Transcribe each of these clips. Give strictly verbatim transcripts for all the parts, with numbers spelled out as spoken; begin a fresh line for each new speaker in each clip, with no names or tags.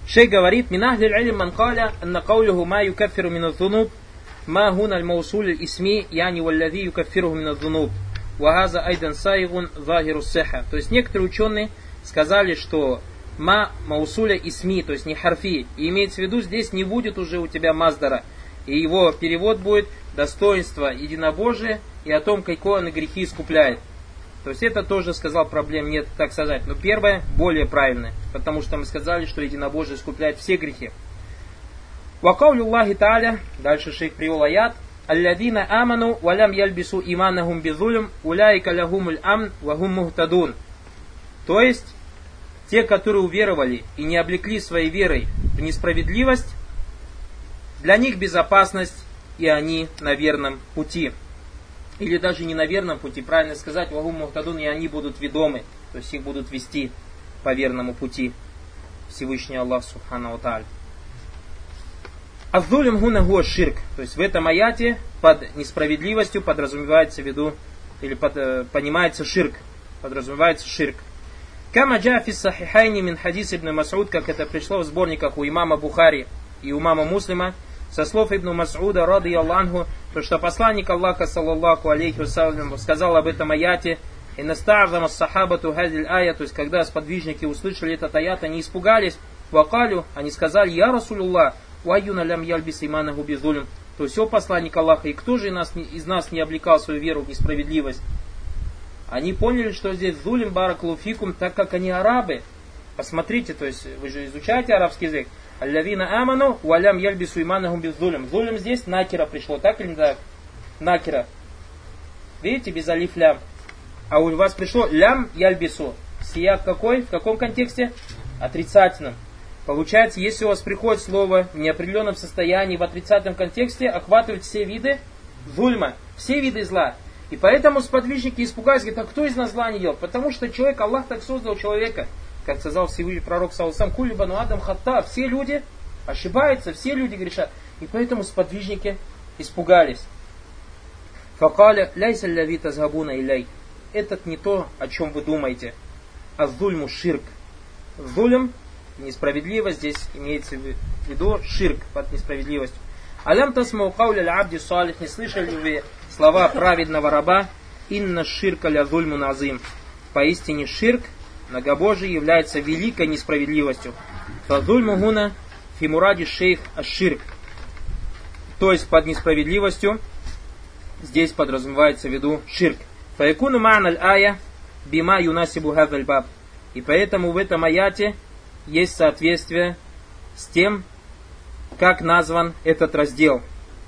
Шейх говорит: «Мин ахли аль-илм ман каля, анна каулюху ма юкаффиру мин ад-зунуб, ма хуна аль-маусул аль-исми, яни валлади юкаффируху мин ад-зунуб, ва хаза айдан сайгун захиру сиха». То есть некоторые ученые сказали, что ма маусуля исми, то есть не харфи, и имеется в виду, здесь не будет уже у тебя маздара, и его перевод будет достоинство единобожия и о том, какое он грехи искупляет. То есть это тоже, сказал, проблем нет, так сказать. Но первое более правильное, потому что мы сказали, что единобожие искупляет все грехи. Вакаулю Аллахи Тааля, дальше шейх привел аят: «Алладина аману валям яльбису иманахум бизулюм, уляйка лягумуль амн вагум мухтадун». То есть, те, которые уверовали и не облекли своей верой в несправедливость, для них безопасность, и они на верном пути. Или даже не на верном пути, правильно сказать, вагум мухтадун, и они будут ведомы, то есть их будут вести по верному пути. Всевышний Аллах Субхану ва Тааля. Аззулим гуна гуа ширк. То есть в этом аяте под несправедливостью подразумевается в виду, или под, понимается ширк, подразумевается ширк. Кама джа фи сахихайни мин хадис ибн Мас'уд, как это пришло в сборниках у имама Бухари и у имама Муслима, со слов ибн Мас'уда, рады Аллаху, то что посланник Аллаха, саллаллаху алейхи вассалям, сказал об этом аяте: «И наста'зама ас-сахабату хазиль ая», то есть когда сподвижники услышали этот аят, они испугались, вакалю, они сказали: «Я Расулуллах, уайюна лям яльбис иманаху бизулюм». То есть, о посланник Аллаха, и кто же из нас, из нас не облекал свою веру в несправедливость? Они поняли, что здесь зулим баракалуфикум, так как они арабы. Посмотрите, то есть вы же изучаете арабский язык. Аллавина аману валям яльбису иманахум бизулюм. Зулим здесь накира пришло, так или не так? Накира. Видите, без алиф лям. А у вас пришло лям яльбису. Сияк какой? В каком контексте? Отрицательном. Получается, если у вас приходит слово в неопределенном состоянии, в отрицательном контексте, охватывает все виды зульма, все виды зла. И поэтому сподвижники испугались, говорят: а кто из нас зла не делал? Потому что человек, Аллах так создал человека, как сказал Всевышний пророк саллаллаху кулли бану адам хатта, все люди ошибаются, все люди грешат. И поэтому сподвижники испугались. Факаля ляйса лави тазгабуна иляй. Это не то, о чем вы думаете. А зульму ширк. Зулем, несправедливость, здесь имеется в виду ширк под несправедливостью. Алям тасмау кауля ля-абди салих, не слышали вы слова праведного раба: инна ширка ля зульму назим. Поистине ширк, многобожие, является великой несправедливостью. Фазульму гуна фимуради шейх аш-ширк. То есть под несправедливостью здесь подразумевается в виду ширк. Фаякуну ма'наль ая бима юнасибу хазаль баб. И поэтому в этом аяте есть соответствие с тем, как назван этот раздел.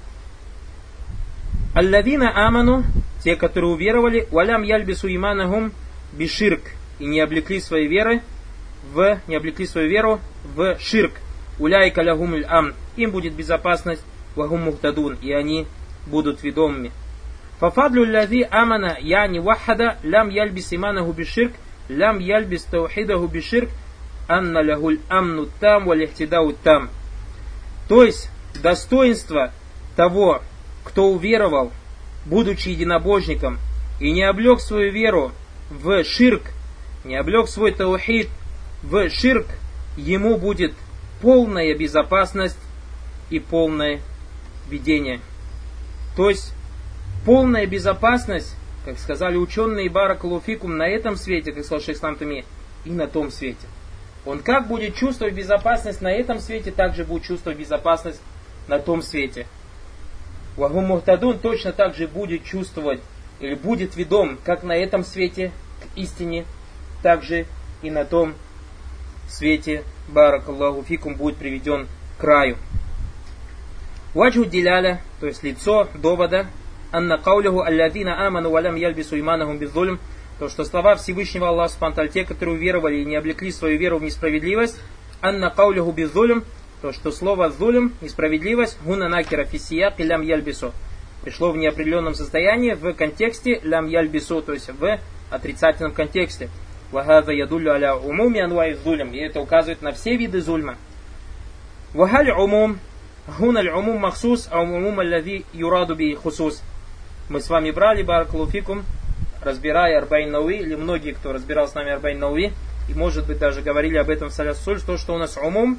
Аллавина аману, те, которые уверовали, валям яльбису иманахум биширк, и не облекли своей веры в не облекли свою веру в ширк. Уляйка лягумуль амн, им будет безопасность, вагум мухтадун, и они будут ведомыми. Фафадлю лави амана яни вахада лям яльбис иманаху биширк, лям яльбис таухидаху биширк, анна лягуль амну там валихтидау там. То есть достоинство того, кто уверовал, будучи единобожником, и не облег свою веру в ширк, не облег свой таухид в ширк, ему будет полная безопасность и полное ведение. То есть полная безопасность, как сказали ученые, баракалуфикум, на этом свете, как сказал шейх ислам Таймия, и на том свете. Он как будет чувствовать безопасность на этом свете, так же будет чувствовать безопасность на том свете. Вагум мухтадун точно так же будет чувствовать, или будет ведом, как на этом свете к истине, так же и на том свете, баракаллаху фикум, будет приведен к краю. Ваджу диляля, то есть лицо довода, анна кауляху аллазина аману валям яльбису иманахум беззулм, то, что слова Всевышнего Аллаха субхану ва тааля, те, которые уверовали и не облекли свою веру в несправедливость, анна кауляху беззулм, то, что слово зулм, несправедливость, гуна накира фиссияк и лям яльбису, пришло в неопределенном состоянии в контексте лям яльбису, то есть в отрицательном контексте. Вахаза ядуллю аля умуми анвай зулм, и это указывает на все виды зульма. Вахаль умум, гуналь умум махсус, а умум аллави юраду би хусус. Мы с вами брали, баракалуфикум, разбирая Арбаин Науи, или многие, кто разбирал с нами Арбаин Науи, и может быть даже говорили об этом в Саляс Суль, то, что у нас умум,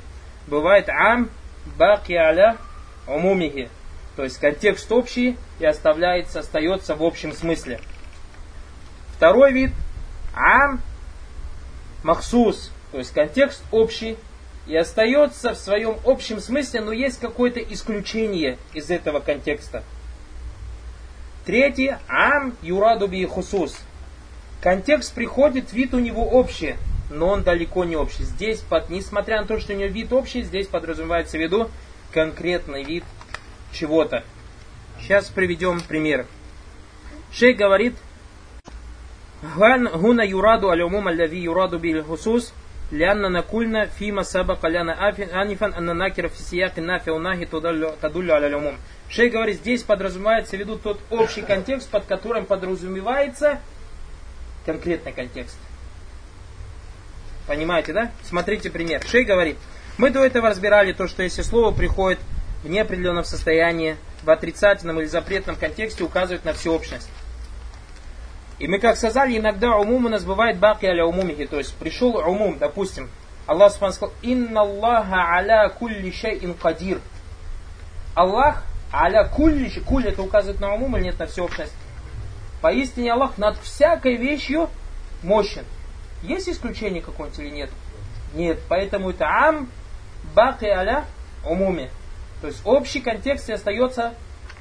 бывает ам баки аля умумихи. То есть контекст общий и оставляется, остается в общем смысле. Второй вид ам махсус. То есть контекст общий и остается в своем общем смысле, но есть какое-то исключение из этого контекста. Третий ам юраду би хусус. Контекст приходит, вид у него общий, но он далеко не общий. Здесь, под, несмотря на то, что у него вид общий, здесь подразумевается в виду конкретный вид чего-то. Сейчас приведем пример. Шейх говорит: «Хуна юраду аль-умум аль-лави юраду бил хусус, лянна накульна фима сабака ляна анифан анна накира фи сияки нафи унахи тадуллю аль-умум». Шейх говорит, здесь подразумевается в виду тот общий контекст, под которым подразумевается конкретный контекст. Понимаете, да? Смотрите пример. Шейх говорит, мы до этого разбирали то, что если слово приходит в неопределенном состоянии, в отрицательном или запретном контексте, указывает на всеобщность. И мы, как сказали, иногда умум у нас бывает баки аля умумихи, то есть пришел умум, допустим, Аллах Субхану сказал: «Инна Аллаха аля кулли шайин кадир». Аллах аля кулли шай, кулли это указывает на умум или нет, на всеобщность? Поистине Аллах над всякой вещью мощен. Есть исключение какое-нибудь или нет? Нет, поэтому это ам баки аля умуми. То есть общий контекст и остается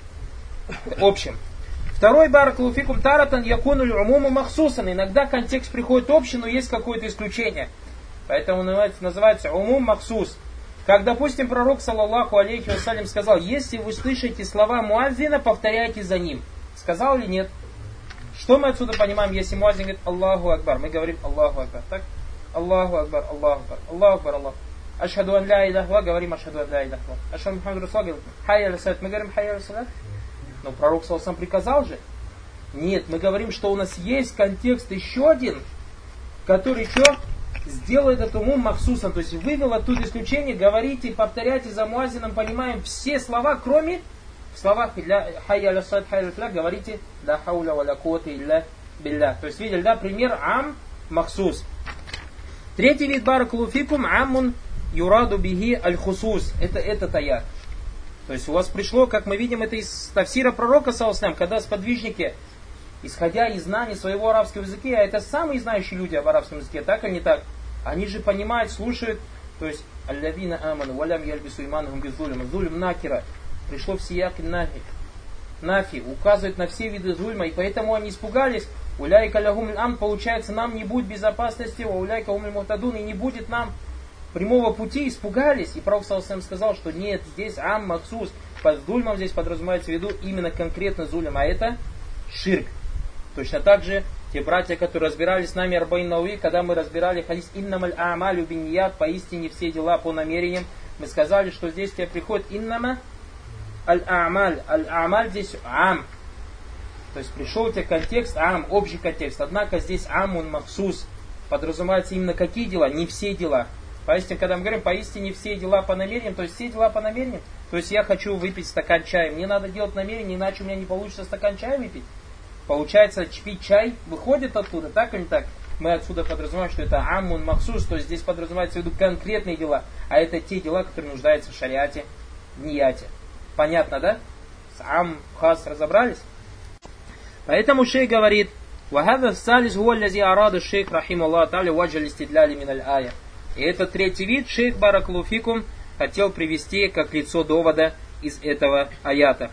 общим. Второй баракалуфикум таратан якунуль умуму махсусан. Иногда контекст приходит общий, но есть какое-то исключение. Поэтому называется, называется умум махсус. Как, допустим, пророк, саллаллаху алейхи вассалям, сказал: если вы слышите слова муаззина, повторяйте за ним. Сказал или нет? Что мы отсюда понимаем, если муаззин говорит Аллаху Акбар? Мы говорим Аллаху Акбар. Так? Аллаху Акбар, Аллаху Акбар, Аллаху Акбар, Аллаху. Ашхаду ан ля иляха илlallah, говорим ашхаду ан ля иляха илlallah. Ашхаду Мухаммаду расулуллах, говорим хайя аля салат, мы говорим хайя аля салат. Но пророк саллаллаху алейхи приказал же? Нет, мы говорим, что у нас есть контекст еще один, который что? Сделает этот умум махсусом, то есть вывел оттуда исключение, говорите, повторяйте за муаззином, понимаем все слова, кроме в словах хайя аля салат, хайя аля флях, говорите ла хауля ва ла куввата илля билля. То есть видели, да, пример ам махсус. Третий вид баракалуфикум аммун юраду бихи аль-хусус. Это этот аят. То есть у вас пришло, как мы видим, это из тафсира пророка, саллаллаху, когда сподвижники, исходя из знаний своего арабского языка, а это самые знающие люди об арабском языке, так или не так, они же понимают, слушают, то есть аллавина аману валям яльбису иманахум беззулюма, зулюм накира, пришло в сияк нафи, нафи, указывает на все виды зульма, и поэтому они испугались. Уляйка лягум ам, получается, нам не будет безопасности, уляйка умль мухтадун, и не будет нам прямого пути, испугались. И пророк саллаллаху сказал, что нет, здесь ам махсус, под зульмом здесь подразумевается в виду именно конкретно зулям, а это ширк. Точно так же те братья, которые разбирали с нами арбаин науи, когда мы разбирали хадис иннамаль а'малю бинният, поистине все дела по намерениям, мы сказали, что здесь тебе приходит иннама аль-а'маль. Аль-а'маль здесь ам. То есть пришел у тебя контекст ам, общий контекст. Однако здесь амун махсус. Подразумевается именно какие дела? Не все дела. Поистине, когда мы говорим, поистине все дела по намерениям, то есть все дела по намерениям. То есть я хочу выпить стакан чая. Мне надо делать намерение, иначе у меня не получится стакан чая выпить. Получается, пить чай выходит оттуда, так или не так? Мы отсюда подразумеваем, что это амун махсус, то есть здесь подразумевается в виду конкретные дела. А это те дела, которые нуждаются в шариате, в нияте. Понятно, да? С ам, хас разобрались? Поэтому шейх говорит: «Вахада салис хуа лази арада шейх рахим Аллах та'аля ваджа листидляли миналь ая». И этот третий вид шейх баракалуфикум хотел привести как лицо довода из этого аята.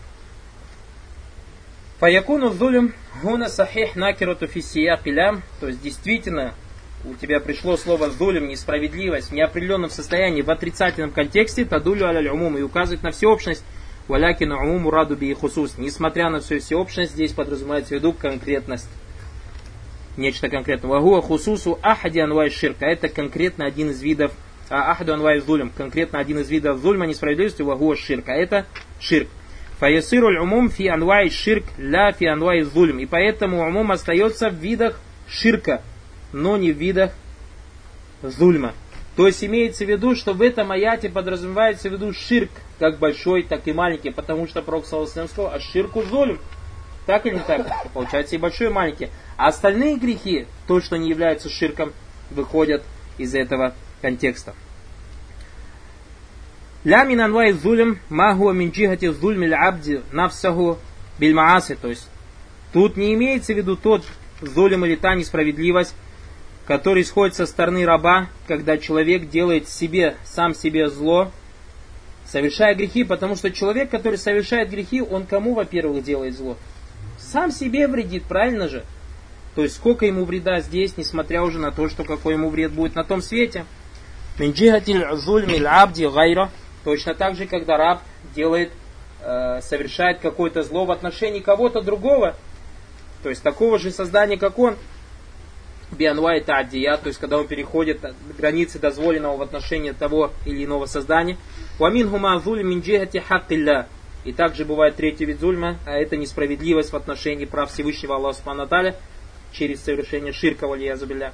Фаякуну зулюм гуна сахих накирату фиссия пилям. То есть действительно у тебя пришло слово зулюм, несправедливость, в неопределенном состоянии, в отрицательном контексте, тадулю аля умум, и указывает на всеобщность. Валякина умуму раду би хусус. Несмотря на всю всеобщность, здесь подразумевается в виду конкретность. Нечто конкретное. Вагуа хусусу ахади анвай ширка. Это конкретно один из видов а, ахаду анвай зулем. Конкретно один из видов зульма, несправедливости, вагуа ширка. Это ширк. Фаясируль умум фи анвай ширк ля фи анвай зульм. И поэтому умум остается в видах ширка, но не в видах зульма. То есть имеется в виду, что в этом аяте подразумевается в виду ширк, как большой, так и маленький, потому что пророк саллаллаху алейхи ва саллям сказал: а ширку зулм. Так или не так? Получается и большой, и маленький. А остальные грехи, то, что не является ширком, выходят из этого контекста. Ля мин анвай зулим ма хуа мин джихати зульми л абди нафсаху биль мааси. То есть тут не имеется в виду тот зулим или та несправедливость, который исходит со стороны раба, когда человек делает себе, сам себе зло, совершая грехи, потому что человек, который совершает грехи, он кому, во-первых, делает зло? Сам себе вредит, правильно же? То есть сколько ему вреда здесь, несмотря уже на то, что какой ему вред будет на том свете. Мин джихатиль зульми л абди гайра. Точно так же, когда раб делает, э, совершает какое-то зло в отношении кого-то другого, то есть такого же создания, как он, бианвай та'дия, то есть когда он переходит границы дозволенного в отношении того или иного создания. Уамин хума зуль мин джихати хаккилля. И также бывает третий вид зульма, а это несправедливость в отношении прав Всевышнего Аллаха Субхану ва Тааля через совершение ширка валиязу билля.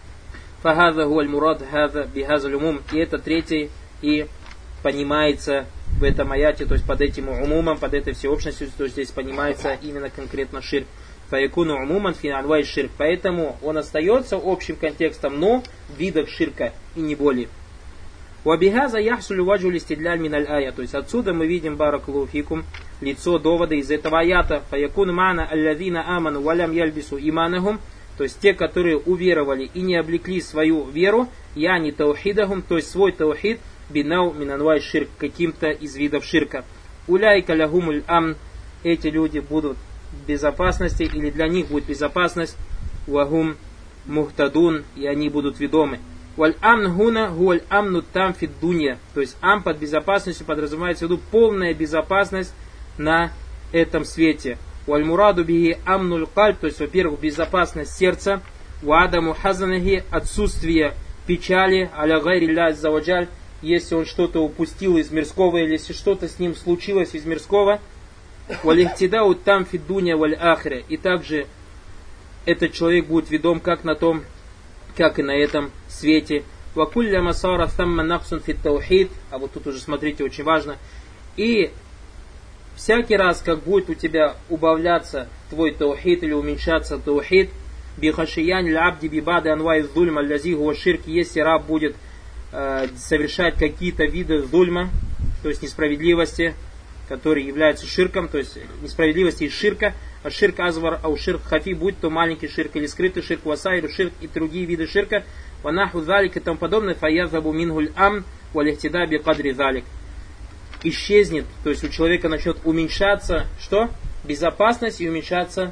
Фахаза гуаль мурад хаза бихаза люмум. И это третий и понимается в этом аяте, то есть под этим умумом, под этой всеобщностью, то есть здесь понимается именно конкретно ширк. Фаякуну умуман фи анвай ширк. Поэтому он остается общим контекстом, но в видах ширка и не более. Уабихаза яхсулю ваджу листидляль миналь ая. То есть отсюда мы видим, баракаллаху фикум, лицо довода из этого аята. Фаякун мана аллазина аману валям яльбису иманахум. То есть те, которые уверовали и не облекли свою веру, яни таухидахум, то есть свой таухид, бинау минанвай ширк, каким-то из видов ширка. Уляйка лягумуль амн, эти люди будут в безопасности, или для них будет безопасность, вагум мухтадун, и они будут ведомы. Валь амн гуна гуаль амну там фид дунья, то есть ам под безопасностью подразумевается в виду полная безопасность на этом свете. Валь мураду биги амнуль кальб, то есть, во-первых, безопасность сердца, вадаму хазанахи, отсутствие печали, аля гайри ля аззаваджаль, если он что-то упустил из мирского, или если что-то с ним случилось из мирского, валихтидау там фиддуня валь ахре, и также этот человек будет ведом как на том, как и на этом свете. Вакулля масара тамма наксун фит таухид, а вот тут уже смотрите, очень важно. И всякий раз, как будет у тебя убавляться твой таухид или уменьшаться таухид, бихашиян л'абди бибады анвай зульма аллази хуа ширк, если раб будет э, совершать какие-то виды зульма, то есть несправедливости, которые являются ширком, то есть несправедливости из ширка, а ширк азвар, а у ширк хафи, будь то маленький ширк или скрытый ширк, васайру ширк и другие виды ширка, ванаху залик и тому подобное, фаязабу мингуль ам, валихтида би кадри залик. Исчезнет, то есть у человека начнет уменьшаться, что? Безопасность и уменьшаться,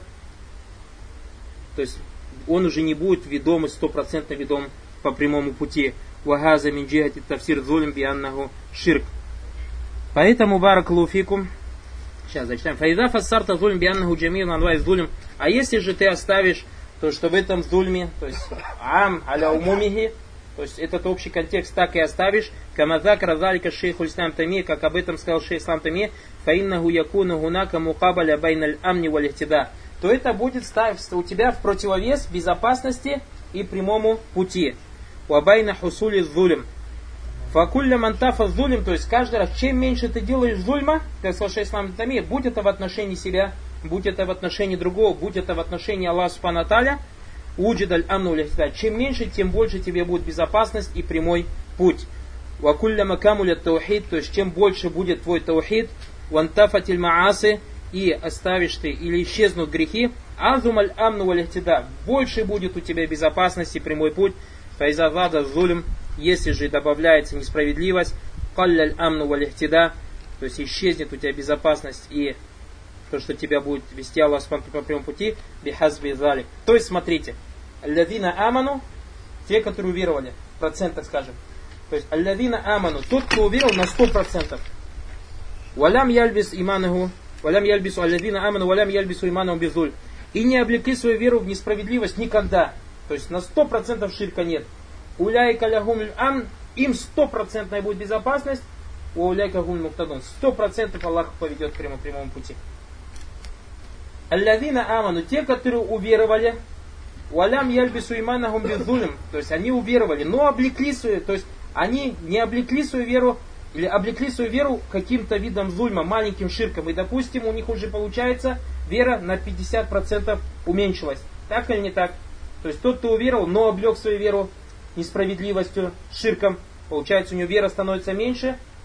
то есть он уже не будет ведом и стопроцентно ведом по прямому пути. Вахаза мин джихати тафсир зулим би аннаху ширк. Поэтому, баракаллаху фикум, сейчас зачитаем. Фаиза фассарта зульм би аннаху джамир нанвай зулим. А если же ты оставишь то, что в этом зульме, то есть ам аля умумихи, то есть этот общий контекст так и оставишь, камазак разалика шейху ислам тами, как об этом сказал шейх ислам тами, фаиннаху якуну гунака мукабаля байналь амни валихтида, то это будет ставить у тебя в противовес безопасности и прямому пути. Уабайна хусули зулим. Факулля мантафа зулим, то есть каждый раз, чем меньше ты делаешь зульма, как сказал шейх ислам тами, будь это в отношении себя, будь это в отношении другого, будь это в отношении Аллаха Субхану ва Тааля, уджидаль амну лихтида. Чем меньше, тем больше тебе будет безопасность и прямой путь. Вакулля макамуля таухид, то есть чем больше будет твой таухид, вантафатиль мааси, и оставишь ты или исчезнут грехи, азумаль амну лихтида, больше будет у тебя безопасность и прямой путь. Файзавада зулим, если же добавляется несправедливость, калляль амну лихтида, то есть исчезнет у тебя безопасность и то, что тебя будет вести Аллах по прямому пути, бихазби залик. То есть, смотрите, аллазина аману, те, которые уверовали, в процентах скажем. То есть, аллазина аману, тот, кто уверовал на сто процентов. Валям яльбис иманаху, валям яльбису аллазина аману, валям яльбису иманаху бизуль. И не облекли свою веру в несправедливость никогда. То есть, на сто процентов ширка нет. Уляйка лягум ам, им стопроцентная будет безопасность, у уляйка гум муктадун. Сто процентов Аллах поведет к прямому, прямому пути. Аллазина аману, те, которые уверовали, валям яльбису иманахум беззулим, то есть они уверовали, но облекли свою, то есть они не облекли свою веру, или облекли свою веру каким-то видом зульма, маленьким ширком, и допустим у них уже получается вера на пятьдесят процентов уменьшилась. Так или не так? То есть тот, кто уверовал, но облег свою веру несправедливостью, ширком, получается у него вера становится меньше,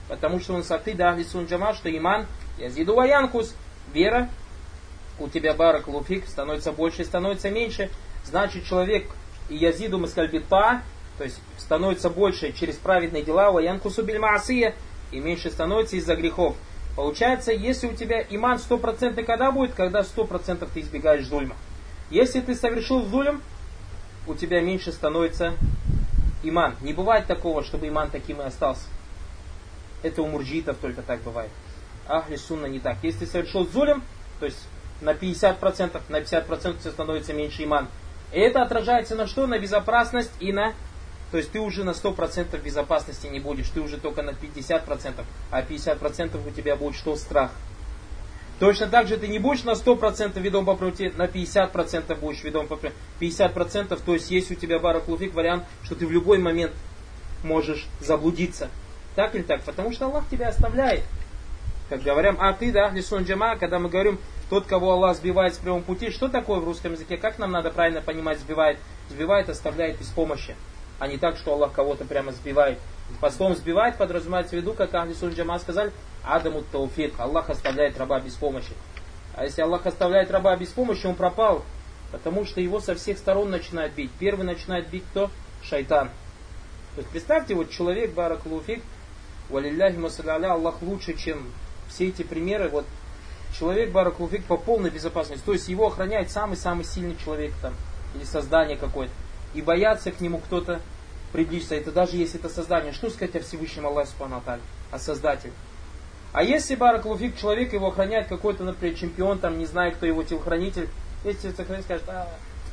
Потому что он с акида ахли сунна джама, что иман язиду ва янкус. Вера у тебя баракаллаху фик становится больше и становится меньше. Значит, человек и язиду маскальбита, то есть становится больше через праведные дела, ва янкусу биль маасия, и меньше становится из-за грехов. Получается, если у тебя иман стопроцентный, когда будет? Когда сто процентов ты избегаешь зульма. Если ты совершил зульм, у тебя меньше становится иман. Не бывает такого, чтобы иман таким и остался. Это у мурджитов только так бывает. Ахли сунна не так. Если ты совершил зульм, то есть на пятьдесят процентов, на пятьдесят процентов у тебя становится меньше иман. И это отражается на что? На безопасность и на... То есть ты уже на сто процентов безопасности не будешь, ты уже только на пятьдесят процентов, а пятьдесят процентов у тебя будет что? Страх. Точно так же ты не будешь на сто процентов ведом по правоте, на пятьдесят процентов будешь ведом по правоте. пятьдесят процентов, то есть есть у тебя баракаллаху фик вариант, что ты в любой момент можешь заблудиться. Так или так? Потому что Аллах тебя оставляет. Как говорим, акида ахли сунна джама, когда мы говорим, тот, кого Аллах сбивает с прямого пути, что такое в русском языке? Как нам надо правильно понимать сбивает? Сбивает, оставляет без помощи. А не так, что Аллах кого-то прямо сбивает. По словам сбивает подразумевается в виду, как ахли сунна джама сказали, адамут тауфик. Аллах оставляет раба без помощи. А если Аллах оставляет раба без помощи, он пропал. Потому что его со всех сторон начинают бить. Первый начинает бить кто? Шайтан. То есть представьте, вот человек, баракаллаху фик, валилляхи масалля, Аллах лучше, чем все эти примеры. Вот человек, баракаллаху фик, по полной безопасности. То есть его охраняет самый-самый сильный человек там, или создание какое-то. И бояться к нему кто-то приблизиться. Это даже если это создание. Что сказать о Всевышнем Аллахе субхану ва тааля? О Создателе. А если баракаллаху фик, человек его охраняет какой-то, например, чемпион, там, не знаю, кто его телохранитель, если телохранитель скажет, а,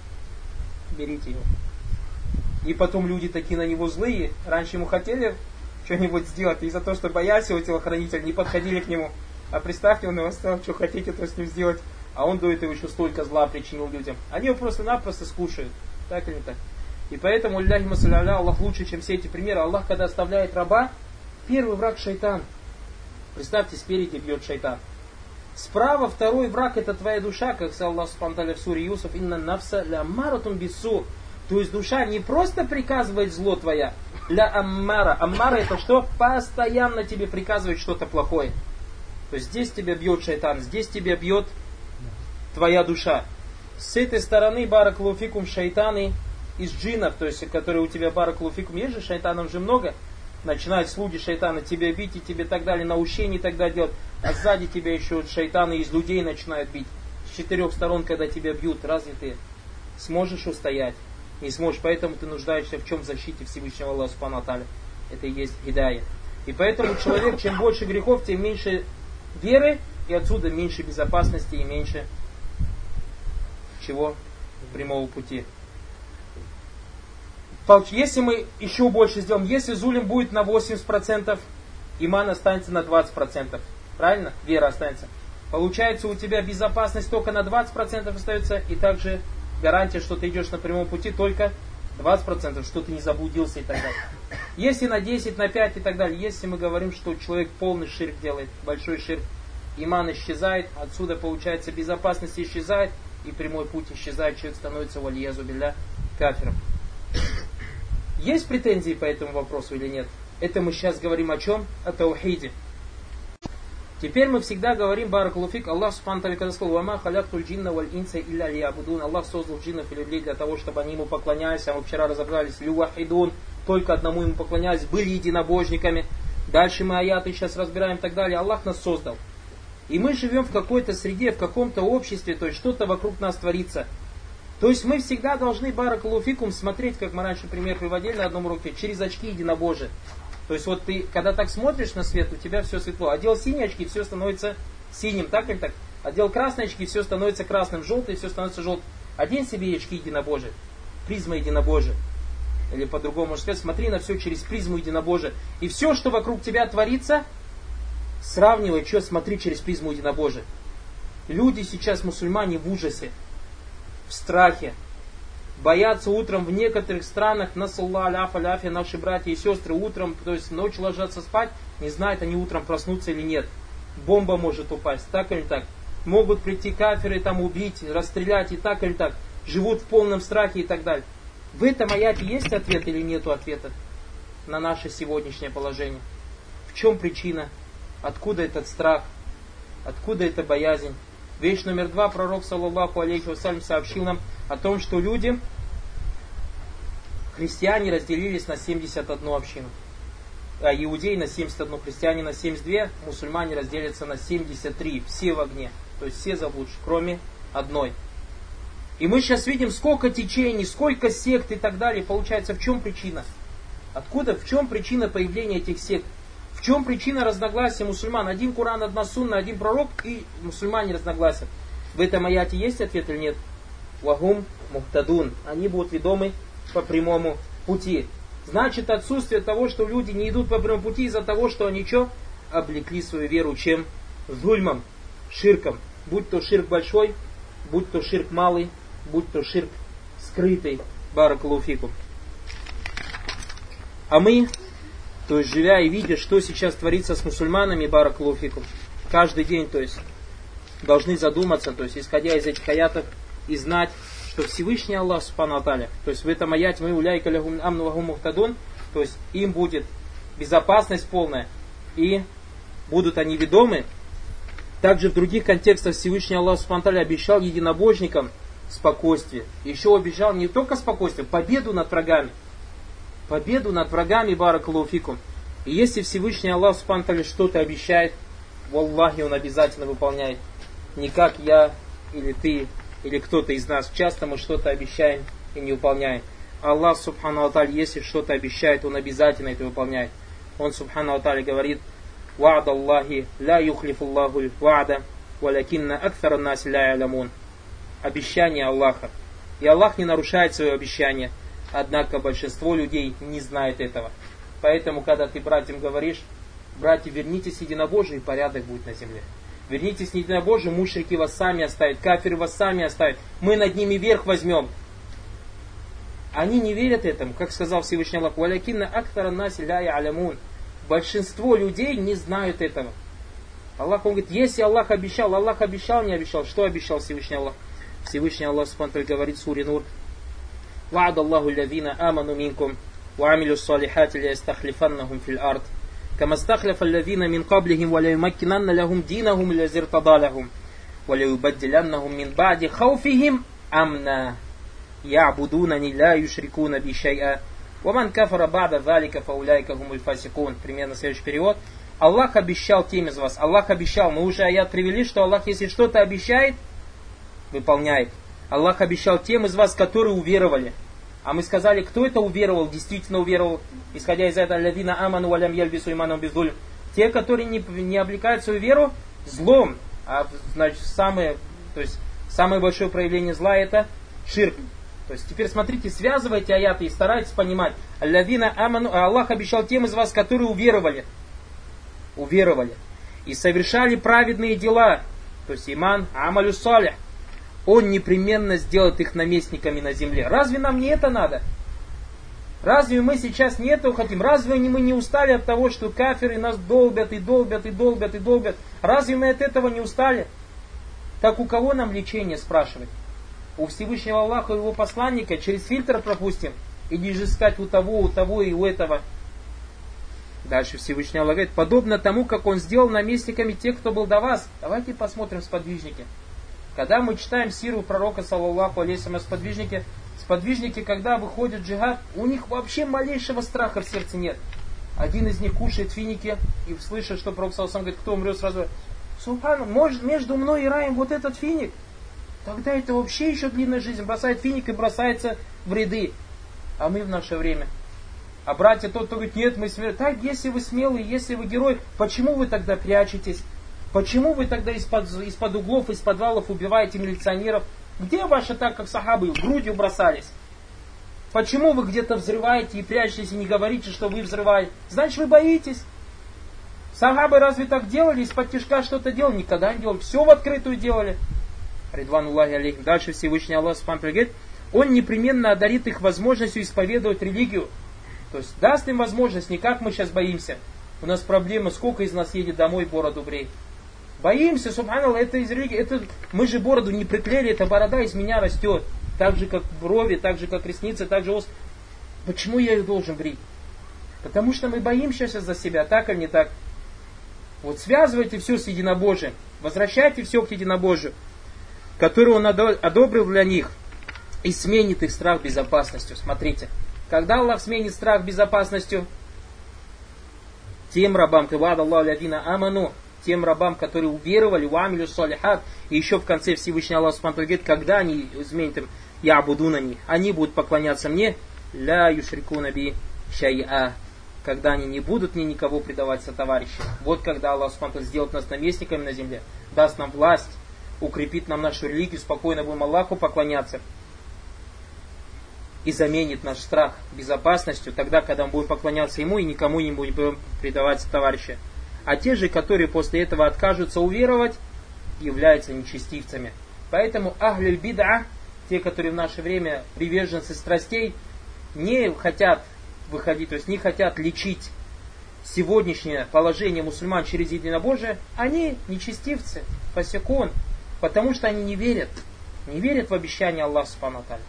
берите его. И потом люди такие на него злые. Раньше ему хотели что-нибудь сделать, и за то, что боялись его телохранителя, не подходили к нему. А представьте, он его сказал, что хотите, то с ним сделать. А он до этого еще столько зла причинил людям. Они его просто-напросто скушают. Так или не так? И поэтому, аллахи масалля, Аллах лучше, чем все эти примеры. Аллах, когда оставляет раба, первый враг шайтан. Представьте, спереди бьет шайтан. Справа второй враг, это твоя душа, как сказал Аллах субхану ва тааля в суре Юсуф, инна нафса ля аммаратун бису. То есть душа не просто приказывает зло твоя, ля аммара. Аммара это что? Постоянно тебе приказывает что-то плохое. То есть здесь тебя бьет шайтан, здесь тебя бьет твоя душа. С этой стороны баракаллаху фикум шайтаны из джиннов, то есть которые у тебя баракаллаху фикум, есть же шайтанов же много, начинают слуги шайтана тебя бить и тебе так далее, наущение тогда делать, а сзади тебя еще шайтаны из людей начинают бить. С четырех сторон, когда тебя бьют, разве ты сможешь устоять? Не сможешь, поэтому ты нуждаешься в чем? В защите Всевышнего Аллаха субхану ва тааля. Это и есть хидая. И поэтому человек, чем больше грехов, тем меньше веры, и отсюда меньше безопасности и меньше чего? Прямого пути. Если мы еще больше сделаем, если зулим будет на восемьдесят процентов, иман останется на двадцать процентов. Правильно? Вера останется. Получается, у тебя безопасность только на двадцать процентов остается, и также гарантия, что ты идешь на прямом пути, только двадцать процентов, что ты не заблудился и так далее. Если на десять, на пять и так далее, если мы говорим, что человек полный ширк делает, большой ширк, иман исчезает, отсюда получается безопасность исчезает, и прямой путь исчезает, человек становится валиязу билля кафиром. Есть претензии по этому вопросу или нет? Это мы сейчас говорим о чем? О таухиде. Теперь мы всегда говорим, баракаллаху фик, Аллах субхану ва тааля, когда сказал, «Вама халяктуль джинна валь инса илля лиябудун». Аллах создал джиннов и людей для того, чтобы они ему поклонялись, а мы вчера разобрались, лювахидун, только одному ему поклонялись, были единобожниками. Дальше мы аяты сейчас разбираем и так далее. Аллах нас создал. И мы живем в какой-то среде, в каком-то обществе, то есть что-то вокруг нас творится. То есть мы всегда должны, баракаллаху фикум, смотреть, как мы раньше пример приводили на одном уроке, через очки единобожия. То есть вот ты, когда так смотришь на свет, у тебя все светло. Одел синие очки, все становится синим, так или так? Одел красные очки, все становится красным, желтый, все становится желтым. Одень себе очки единобожия, призма единобожия. Или по-другому можно сказать, смотри на все через призму единобожия. И все, что вокруг тебя творится, сравнивай, что смотри через призму единобожия. Люди сейчас, мусульмане, в ужасе, в страхе. Боятся утром в некоторых странах, насалла аляфа аляфия, наши братья и сестры утром, то есть ночью ложатся спать, не знают они утром проснутся или нет. Бомба может упасть, так или так. Могут прийти кафиры, там убить, расстрелять и так или так. Живут в полном страхе и так далее. В этом аяте есть ответ или нету ответа на наше сегодняшнее положение? В чем причина? Откуда этот страх? Откуда эта боязнь? Вещь номер два. Пророк, саллаллаху алейхи вассалям, сообщил нам о том, что люди, христиане, разделились на семьдесят одну общину. А иудеи на семьдесят одну, христиане на семьдесят два, мусульмане разделятся на семьдесят три. Все в огне. То есть все заблудшие, кроме одной. И мы сейчас видим, сколько течений, сколько сект и так далее. Получается, в чем причина? Откуда, в чем причина появления этих сект? В чем причина разногласия мусульман? Один Куран, одна сунна, один пророк, и мусульмане разногласят. В этом аяте есть ответ или нет? Вагум мухтадун. Они будут ведомы по прямому пути. Значит, отсутствие того, что люди не идут по прямому пути из-за того, что они что? Облекли свою веру чем? Зульмом, ширком. Будь то ширк большой, будь то ширк малый, будь то ширк скрытый. Баракаллаху фикум. А мы, то есть живя и видя, что сейчас творится с мусульманами, баракаллаху фикум, каждый день, то есть должны задуматься, то есть исходя из этих аятов, и знать, что Всевышний Аллах Субхану ва Тааля, то есть в этом аяте мы уляйка лягум амну вагум мухтадун, то есть им будет безопасность полная, и будут они ведомы. Также в других контекстах Всевышний Аллах Субхану ва Тааля обещал единобожникам спокойствие. Еще обещал не только спокойствие, победу над врагами. Победу над врагами, баракаллаху фикум. И если Всевышний Аллах Субхану ва Тааля что-то обещает, валлахи, он обязательно выполняет. Не как я или ты, или кто-то из нас. Часто мы что-то обещаем и не выполняем. Аллах Субхану ва Тааля, если что-то обещает, он обязательно это выполняет. Он Субхану ва Тааля говорит: «Ва'да Аллахи ла юхлифу Аллаху ва'да, валякинна акthара наси ла ялямун». Обещание Аллаха. И Аллах не нарушает свое обещание. Однако большинство людей не знает этого. Поэтому, когда ты братьям говоришь: братья, вернитесь к единобожию, и порядок будет на земле. Вернитесь к единобожию, мушрики вас сами оставят, кафиры вас сами оставят. Мы над ними верх возьмем. Они не верят этому, как сказал Всевышний Аллах: «Валякинна акthара наси ла ялямун». Большинство людей не знают этого. Аллах, он говорит, если Аллах обещал, Аллах обещал, не обещал. Что обещал Всевышний Аллах? Всевышний Аллах Субхану ва Тааля говорит в суре Нур: «Ва'да Аллаху лавина аману минкум, ва амилю салихати ля ястахлифаннахум фил ард, кама стахлифа лавина мин каблихим, ва ля юмаккинанна лахум динахум ля зиртадалахум, ва ля юбаддиляннахум мин ба'ди хауфихим амна, я'будунани ля юшрикуна би шай'a, ва ман кафара ба'да залика фауляйка хумуль фасикун». Примерно следующий перевод. Аллах обещал тем из вас. Аллах обещал. Мы уже аят привели, что Аллах, если что-то обещает, выполняет. Аллах обещал тем из вас, которые уверовали. А мы сказали, кто это уверовал, действительно уверовал, исходя из этого: «Лявина аману валям яльбису иману безуль». Те, которые не, не облекают свою веру злом. А значит, самое, то есть, самое большое проявление зла — это ширк. То есть теперь смотрите, связывайте аяты и старайтесь понимать. «Лявина аману», Аллах обещал тем из вас, которые уверовали. Уверовали. И совершали праведные дела. То есть иман, амалю салих. Он непременно сделает их наместниками на земле. Разве нам не это надо? Разве мы сейчас не этого хотим? Разве мы не устали от того, что кафиры нас долбят и долбят и долбят и долбят? Разве мы от этого не устали? Так у кого нам лечение, спрашивать? У Всевышнего Аллаха и его посланника через фильтр пропустим? Или же искать у того, у того и у этого? Дальше Всевышний Аллах говорит: подобно тому, как он сделал наместниками тех, кто был до вас. Давайте посмотрим сподвижники. Когда мы читаем сиру пророка, саллаллаху алейхи ва саллям, сподвижники, сподвижники, когда выходят в джихад, у них вообще малейшего страха в сердце нет. Один из них кушает финики и слышит, что пророк, саллаллаху алейхи ва саллям, говорит: кто умрет сразу? Субхана, может между мной и раем вот этот финик? Тогда это вообще еще длинная жизнь. Бросает финик и бросается в ряды. А мы в наше время. А братья, тот, кто говорит: нет, мы смелые. Так, если вы смелые, если вы герой, почему вы тогда прячетесь? Почему вы тогда из-под, из-под углов, из подвалов убиваете милиционеров? Где ваши, так как сахабы, грудью бросались? Почему вы где-то взрываете и прячетесь, и не говорите, что вы взрываете? Значит, вы боитесь. Сахабы разве так делали? Из-под тишка что-то делали? Никогда не делали. Все в открытую делали. Ридвануллахи алейхим. Дальше Всевышний Аллах Субхану ва Тааля говорит: он непременно одарит их возможностью исповедовать религию. То есть даст им возможность, не как мы сейчас боимся. У нас проблема, сколько из нас едет домой бороду бреет. Боимся, субханаллах, это из религии. Это, мы же бороду не приклеили, эта борода из меня растет. Так же, как брови, так же, как ресницы, так же ос. Почему я их должен брить? Потому что мы боимся сейчас за себя, так или не так. Вот связывайте все с единобожием. Возвращайте все к единобожию, который Он одобрил для них, и сменит их страх безопасностью. Смотрите, когда Аллах сменит страх безопасностью, тем рабам, аману, тем рабам, которые уверовали, уамилю салихат, и еще в конце Всевышний Аллах Субхану говорит, когда они изменят им, я буду на них, они будут поклоняться мне, ля юшрику наби шай'a, когда они не будут мне никого предавать сотоварища. Вот когда Аллах Субхану сделает нас наместниками на земле, даст нам власть, укрепит нам нашу религию, спокойно будем Аллаху поклоняться и заменит наш страх безопасностью, тогда, когда мы будем поклоняться Ему и никому не будем предавать товарища. А те же, которые после этого откажутся уверовать, являются нечестивцами. Поэтому ахлюль бид'a, те, которые в наше время приверженцы страстей, не хотят выходить, то есть не хотят лечить сегодняшнее положение мусульман через единобожие, они нечестивцы, фасикун, потому что они не верят, не верят в обещание Аллаха Субхану ва Тааля.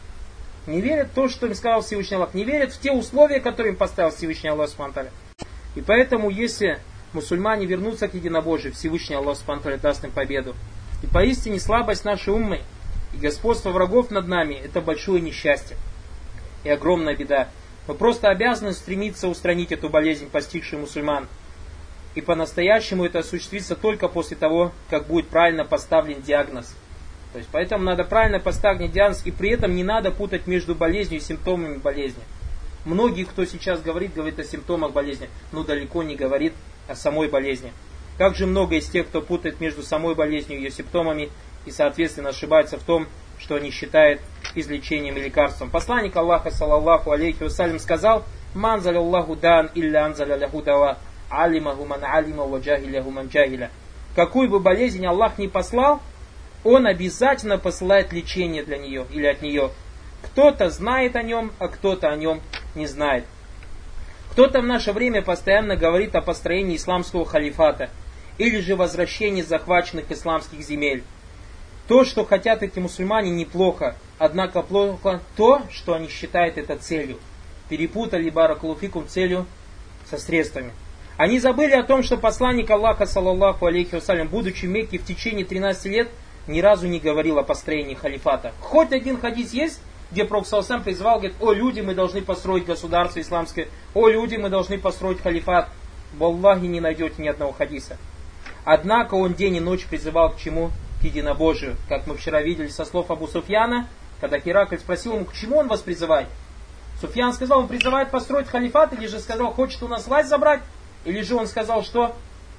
Не верят в то, что им сказал Всевышний Аллах. Не верят в те условия, которые им поставил Всевышний Аллах Субхану ва Тааля. И поэтому, если мусульмане вернутся к единобожию, Всевышний Аллах Субхану ва Тааля даст им победу. И поистине слабость нашей уммы и господство врагов над нами – это большое несчастье и огромная беда. Мы просто обязаны стремиться устранить эту болезнь, постигшую мусульман. И по-настоящему это осуществится только после того, как будет правильно поставлен диагноз. То есть поэтому надо правильно поставить диагноз, и при этом не надо путать между болезнью и симптомами болезни. Многие, кто сейчас говорит, говорит о симптомах болезни, но далеко не говорит о самой болезни. Как же много из тех, кто путает между самой болезнью и ее симптомами, и соответственно ошибается в том, что они считают излечением и лекарством. Посланник Аллаха, саллаллаху алейхи вассалям, сказал: «Манзаля Аллаху дан илля анзаля ляху дава, алимаху ман алима ва джахиляху ман джахиля». Какую бы болезнь Аллах не послал, Он обязательно посылает лечение для нее или от нее. Кто-то знает о нем, а кто-то о нем не знает. Кто-то в наше время постоянно говорит о построении исламского халифата или же возвращении захваченных исламских земель. То, что хотят эти мусульмане, неплохо, однако плохо то, что они считают это целью. Перепутали баракалуфикум целью со средствами. Они забыли о том, что посланник Аллаха, саллаллаху алейхи вассалям, будучи в Мекке в течение тринадцати лет, ни разу не говорил о построении халифата. Хоть один хадис есть, где Пророк саллаллаху алейхи вассалям призвал, говорит: «О люди, мы должны построить государство исламское, о люди, мы должны построить халифат». В Аллахе не найдете ни одного хадиса. Однако он день и ночь призывал к чему? К единобожию. Как мы вчера видели со слов Абу Суфьяна, когда Херакль спросил ему, к чему он вас призывает. Суфьян сказал, он призывает построить халифат, или же сказал, хочет у нас власть забрать, или же он сказал, что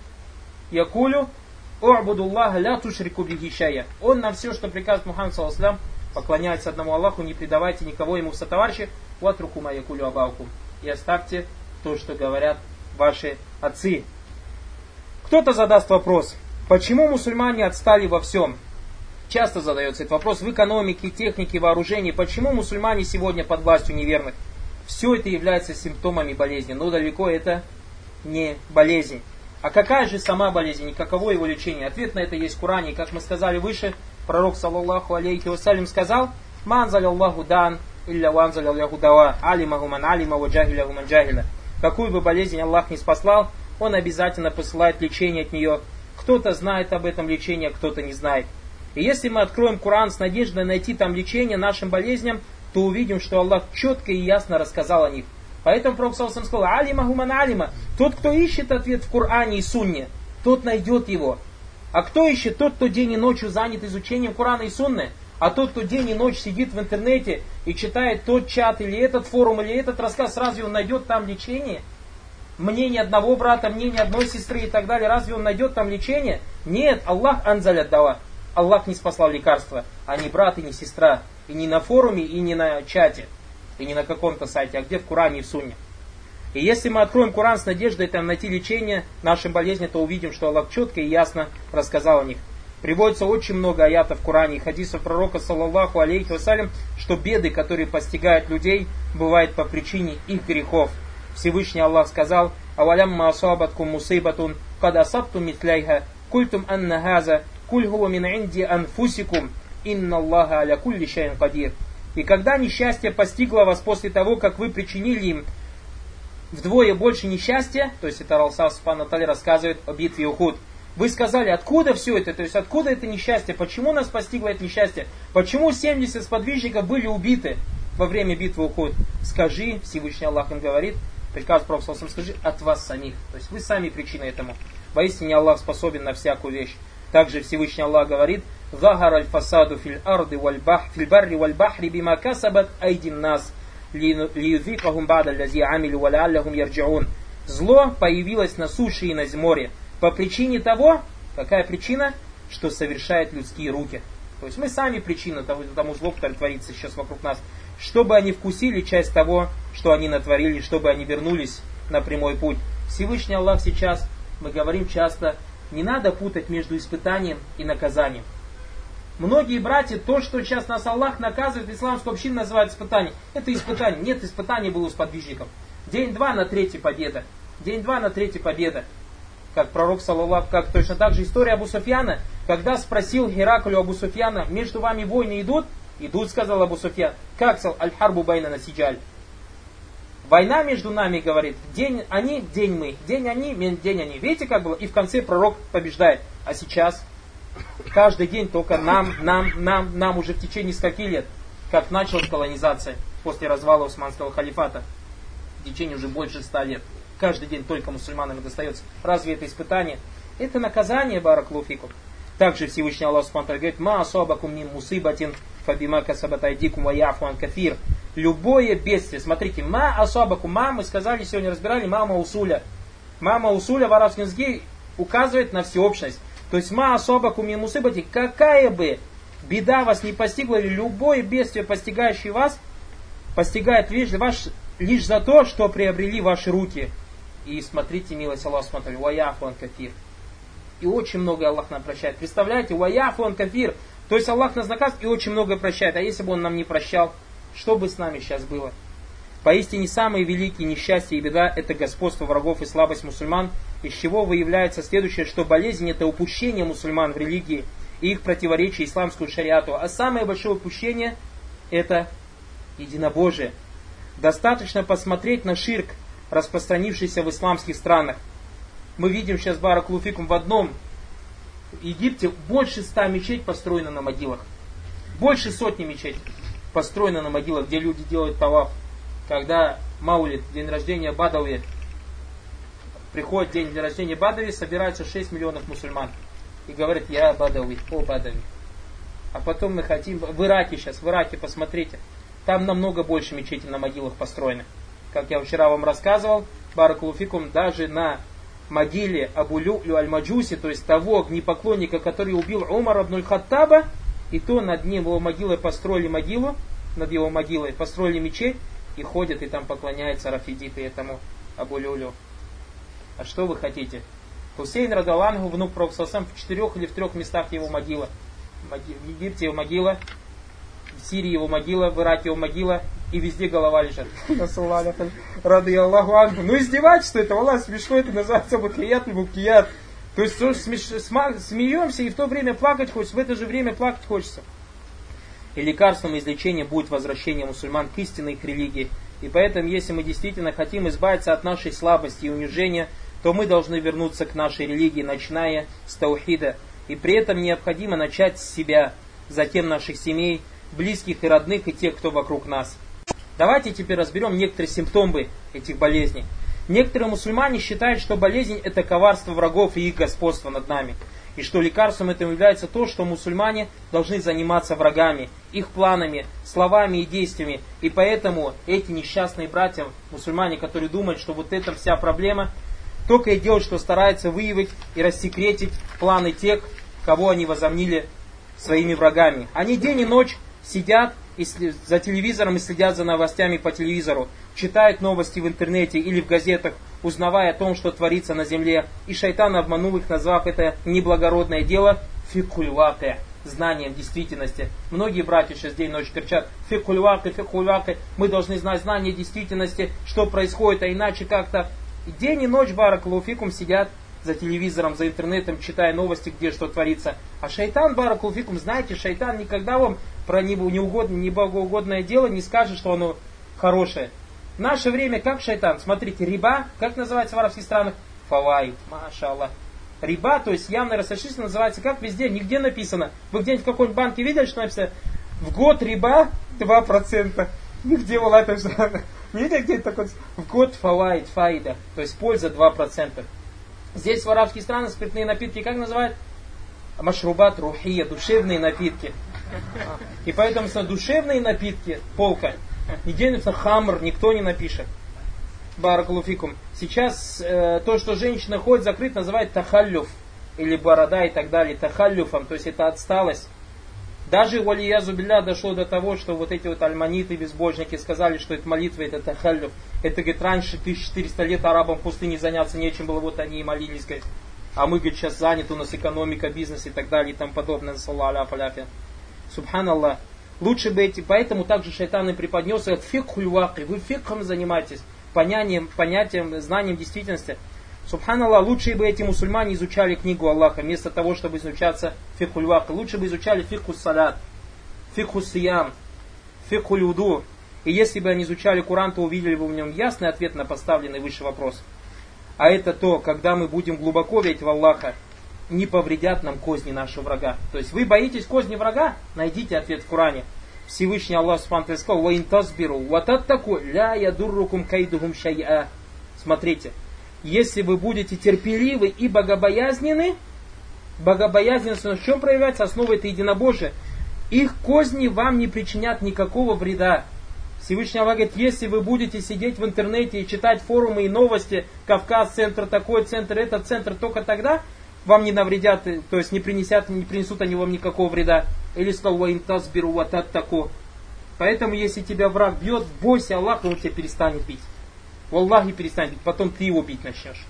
«Якулю у'будуллаха ля тушрику бихи шай'а». Он на все, что приказывает Мухаммад саллаллаху алейхи ва саллям, поклоняется одному Аллаху, не предавайте никого ему в сотоварищи, ватруку ма якулю абаукум, и оставьте то, что говорят ваши отцы. Кто-то задаст вопрос, почему мусульмане отстали во всем? Часто задается этот вопрос в экономике, технике, вооружении. Почему мусульмане сегодня под властью неверных? Все это является симптомами болезни, но далеко это не болезнь. А какая же сама болезнь и каково его лечение? Ответ на это есть в Коране. И как мы сказали выше, пророк, саллаллаху алейхи вассалям, сказал: «Манзаля Аллаху дан, илля ванзаля Аллаху дава, алимаху ман алима ва джахиляху ман джахиля». Какую бы болезнь Аллах не спаслал, Он обязательно посылает лечение от нее. Кто-то знает об этом лечении, а кто-то не знает. И если мы откроем Коран с надеждой найти там лечение нашим болезням, то увидим, что Аллах четко и ясно рассказал о них. Поэтому Пророк саллаллаху алейхи ва саллям сказал: «Алимаху ман алима». Тот, кто ищет ответ в Коране и Сунне, тот найдет его. А кто ищет? Тот, кто день и ночью занят изучением Корана и Сунны. А тот, кто день и ночь сидит в интернете и читает тот чат или этот форум или этот рассказ, разве он найдет там лечение? Мнение одного брата, мнение одной сестры и так далее, разве он найдет там лечение? Нет, Аллах анзалят дава. Аллах не спасал лекарства, а не брат и не сестра. И не на форуме, и не на чате, и не на каком-то сайте, а где в Коране и в Сунне. И если мы откроем Коран с надеждой там найти лечение нашим болезням, то увидим, что Аллах четко и ясно рассказал о них. Приводится очень много аятов в Коране и хадисов пророка, саллаллаху алейхи вассалям, что беды, которые постигают людей, бывают по причине их грехов. Всевышний Аллах сказал: «Авалямма асабаткум мусибатун, кад асабтум митляйха, культум анна газа, куль хуа мин инди анфусикум, инна Аллаха аля кулли шайин кадир». И когда несчастье постигло вас после того, как вы причинили им вдвое больше несчастья, то есть это Аллах Субхану ва Тааля рассказывает о битве Ухуд. Вы сказали, откуда все это, то есть откуда это несчастье, почему нас постигло это несчастье, почему семьдесят сподвижников были убиты во время битвы Ухуд. Скажи, Всевышний Аллах им говорит, приказ Пророку, скажи, от вас самих, то есть вы сами причина этому. Поистине Аллах способен на всякую вещь. Также Всевышний Аллах говорит, «Захар аль-фасаду фил арды валь-бах, фил барри валь-бахри бима касабат айдин нас, лиюзикахум бада лази амилю валяллахум ярджиун». Зло появилось на суше и на море по причине того, какая причина, что совершают людские руки. То есть мы сами причина тому, тому злу, которое творится сейчас вокруг нас, чтобы они вкусили часть того, что они натворили, чтобы они вернулись на прямой путь. Всевышний Аллах сейчас, мы говорим часто, не надо путать между испытанием и наказанием. Многие братья, то, что сейчас нас Аллах наказывает, исламскую общину называют испытанием, это испытание. Нет, испытания было у сподвижников. День-два на третьей победа. День-два на третьей победа. Как пророк, саллаллаху, как точно так же история Абу Суфьяна, когда спросил Гераклю Абу Суфьяна, между вами войны идут? Идут, сказал Абу Суфьян. Как сказал, аль-харбу байна насиджаль. Война между нами, говорит, день они, день мы, день они, день они. Видите, как было? И в конце пророк побеждает. А сейчас каждый день только нам, нам, нам, нам уже в течение скольки лет, как началась колонизация после развала Османского халифата. В течение уже больше ста лет. Каждый день только мусульманам достается. Разве это испытание? Это наказание, баракаллаху фикум. Также Всевышний Аллах Субхану ва Тааля говорит, «Ма асабакум мин мусибатин, фабима касабат айдикум ва яфу ан кафир». Любое бедствие, смотрите, ма асабакум, ма, мы сказали, сегодня разбирали, мама усуля. Мама усуля в арабском языке указывает на всеобщность. То есть, ма асабакум мин мусибатин, какая бы беда вас не постигла, или любое бедствие, постигающее вас, постигает лишь, ваш, лишь за то, что приобрели ваши руки. И смотрите, милость Аллаха Субхану ва Тааля, ва яфу ан кафир. И очень многое Аллах нам прощает. Представляете, ва яфу ан кафир. То есть Аллах нас наказывает и очень многое прощает. А если бы Он нам не прощал, что бы с нами сейчас было? Поистине самые великие несчастья и беда – это господство врагов и слабость мусульман, из чего выявляется следующее, что болезнь – это упущение мусульман в религии и их противоречие исламскому шариату. А самое большое упущение – это единобожие. Достаточно посмотреть на ширк, распространившийся в исламских странах. Мы видим сейчас, баракаллаху фикум, в одном Египте больше ста мечетей построено на могилах. Больше сотни мечетей построено на могилах, где люди делают таваф. Когда Маулид, день рождения Бадави, приходит день рождения Бадави, собирается шесть миллионов мусульман. И говорят, я Бадави, о Бадави. А потом мы хотим, в Ираке сейчас, в Ираке, посмотрите, там намного больше мечетей на могилах построено. Как я вчера вам рассказывал, баракаллаху фикум, даже на могиле Абу Лю'лю аль-Маджуси, то есть того огнепоклонника, который убил Умар ибн аль-Хаттаба, и то над ним его могилой построили могилу, над его могилой построили мечеть, и ходят, и там поклоняются рафидиты этому Абу Лю'лю. А что вы хотите? Хусейн радаллаху, внук пророка саллаллаху алейхи ва саллям, в четырех или в трех местах его могила. В Египте его могила, в Сирии его могила, в Ираке его могила, и везде голова лежит. Рады Аллаху анху. Ну издевательство это, Аллах, смешно, это называется букият и букият. То есть смеемся и в то время плакать хочется, в это же время плакать хочется. И лекарством излечения будет возвращение мусульман к истинной их религии. И поэтому, если мы действительно хотим избавиться от нашей слабости и унижения, то мы должны вернуться к нашей религии, начиная с таухида. И при этом необходимо начать с себя, затем наших семей, близких и родных, и тех, кто вокруг нас. Давайте теперь разберем некоторые симптомы этих болезней. Некоторые мусульмане считают, что болезнь – это коварство врагов и их господство над нами. И что лекарством этому является то, что мусульмане должны заниматься врагами, их планами, словами и действиями. И поэтому эти несчастные братья, мусульмане, которые думают, что вот это вся проблема, только и делают, что стараются выявить и рассекретить планы тех, кого они возомнили своими врагами. Они день и ночь сидят и за телевизором и следят за новостями по телевизору, читают новости в интернете или в газетах, узнавая о том, что творится на земле. И шайтан обманул их, назвав это неблагородное дело фикхуль ваки, знанием действительности. Многие братья сейчас день и ночь кричат фикхуль ваки, фикхуль ваки, мы должны знать знание действительности, что происходит, а иначе как-то. И день и ночь, баракаллаху фикум, сидят за телевизором, за интернетом, читая новости, где что творится. А шайтан, баракаллаху фикум, знаете, шайтан никогда вам про неугодное, неблагоугодное дело не скажет, что оно хорошее. В наше время как шайтан? Смотрите, риба, как называется в арабских странах? Фавайд, маша Аллах. Риба, то есть явное расточительство, называется как везде, нигде написано. Вы где-нибудь в какой-нибудь банке видели, что написано? В год риба два процента. Нигде в Аллахе не видели где-то такое? В год фавайд, файда, то есть польза два процента. Здесь в арабских странах спиртные напитки как называют? Машрубат рухия, душевные напитки. И поэтому душевные напитки, полка. Нигде не написано хамр, никто не напишет. Баракалуфикум. Сейчас э, то, что женщина ходит закрыт, называют тахаллюф. Или борода и так далее. Тахаллюфом, то есть это отсталость. Даже валиязу билля дошло до того, что вот эти вот альманиты, безбожники сказали, что это молитва, это тахаллюф. Это, говорит, раньше тысяча четыреста лет арабам в пустыне заняться нечем было, вот они и молились, говорит. А мы, говорит, сейчас заняты, у нас экономика, бизнес и так далее и тому подобное. Субханаллах. Лучше бы эти, поэтому также шайтан и преподнес этот фикхуль ваки. Вы фикхом занимаетесь, понятием, понятием, знанием действительности. Субханаллах, лучше бы эти мусульмане изучали книгу Аллаха, вместо того, чтобы изучаться фикхуль ваки. Лучше бы изучали фикхус салят, фикхус сиям, фикхуль уду. И если бы они изучали Куран, то увидели бы в нем ясный ответ на поставленный выше вопрос. А это то, когда мы будем глубоко верить в Аллаха, не повредят нам козни нашего врага. То есть вы боитесь козни врага? Найдите ответ в Коране. Всевышний Аллах Субхану ва Тааля сказал: «Ва ин тазбиру ва таттаку ля ядуррукум кайдухум шай'a». Смотрите, если вы будете терпеливы и богобоязнены, богобоязненность в чем проявляется? Основа это единобожие. Их козни вам не причинят никакого вреда. Всевышний Аллах говорит: если вы будете сидеть в интернете и читать форумы и новости, Кавказ, центр такой, центр этот, центр, только тогда вам не навредят, то есть не принесят, не принесут они вам никакого вреда. Или сказал: «Ва ин тазбиру ва таттаку». Поэтому, если тебя враг бьет, бойся Аллаха, он тебя перестанет бить. Валлахи перестанет бить, потом ты его бить начнешь.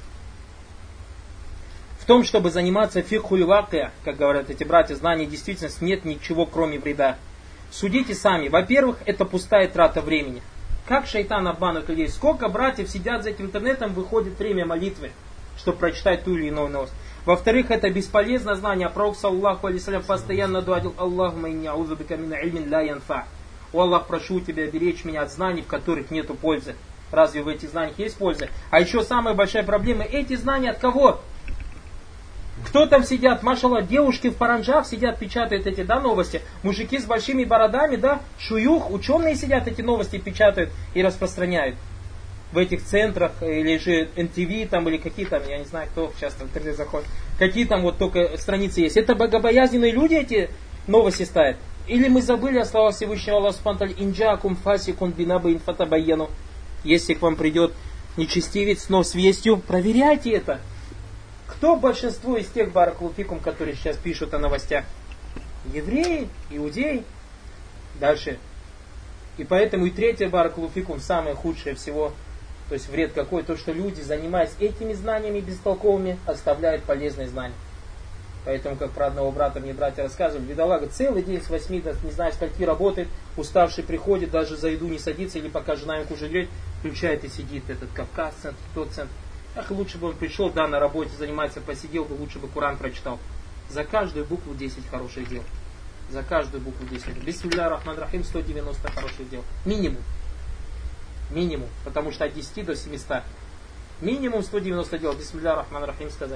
В том, чтобы заниматься фикхуль вакия, как говорят эти братья, знание действительности, нет ничего, кроме вреда. Судите сами. Во-первых, это пустая трата времени. Как шайтан обманывает людей? Сколько братьев сидят за этим интернетом, выходит время молитвы, чтобы прочитать ту или иную новость. Во-вторых, это бесполезное знание. Пророк саллаллаху алейхи ва саллям постоянно дуадил: Аллахумма инни аузу бика мин ильмин ла янфа. О Аллах, прошу тебя беречь меня от знаний, в которых нету пользы. Разве в этих знаниях есть польза? А еще самая большая проблема: эти знания от кого? Кто там сидят? Машаллах, девушки в паранджах сидят, печатают эти, да, новости. Мужики с большими бородами, да, шуюх, ученые сидят, эти новости печатают и распространяют. В этих центрах, или же эн ти ви там, или какие там, я не знаю, кто часто в интернет заходит, какие там вот только страницы есть. Это богобоязненные люди эти новости ставят. Или мы забыли о словах Всевышнего Аллаха субхану ва тааля: инджакум фасикун бинабаин фатабайяну. Если к вам придет нечестивец, но с вестью, проверяйте это. Кто большинство из тех баракалуфикум, которые сейчас пишут о новостях? Евреи, иудеи. Дальше. И поэтому и третье баракалуфикум, самое худшее всего. То есть вред какой? То, что люди, занимаясь этими знаниями бестолковыми, оставляют полезные знания. Поэтому, как про одного брата мне братья рассказывали, бедолага целый день с восьми, до, не знаю, скольки работает, уставший приходит, даже за еду не садится, или пока жена ему уже лежит, включает и сидит этот Кавказ, центр, тот центр. Ах, лучше бы он пришел, да, на работе занимается, посидел бы, лучше бы Куран прочитал. За каждую букву десять хороших дел. За каждую букву десять. Бисмилля рахман рахим, сто девяносто хороших дел. Минимум. Минимум. Потому что от десяти до семисот. Минимум сто девяносто дел. Бисмилля рахман рахим сказать.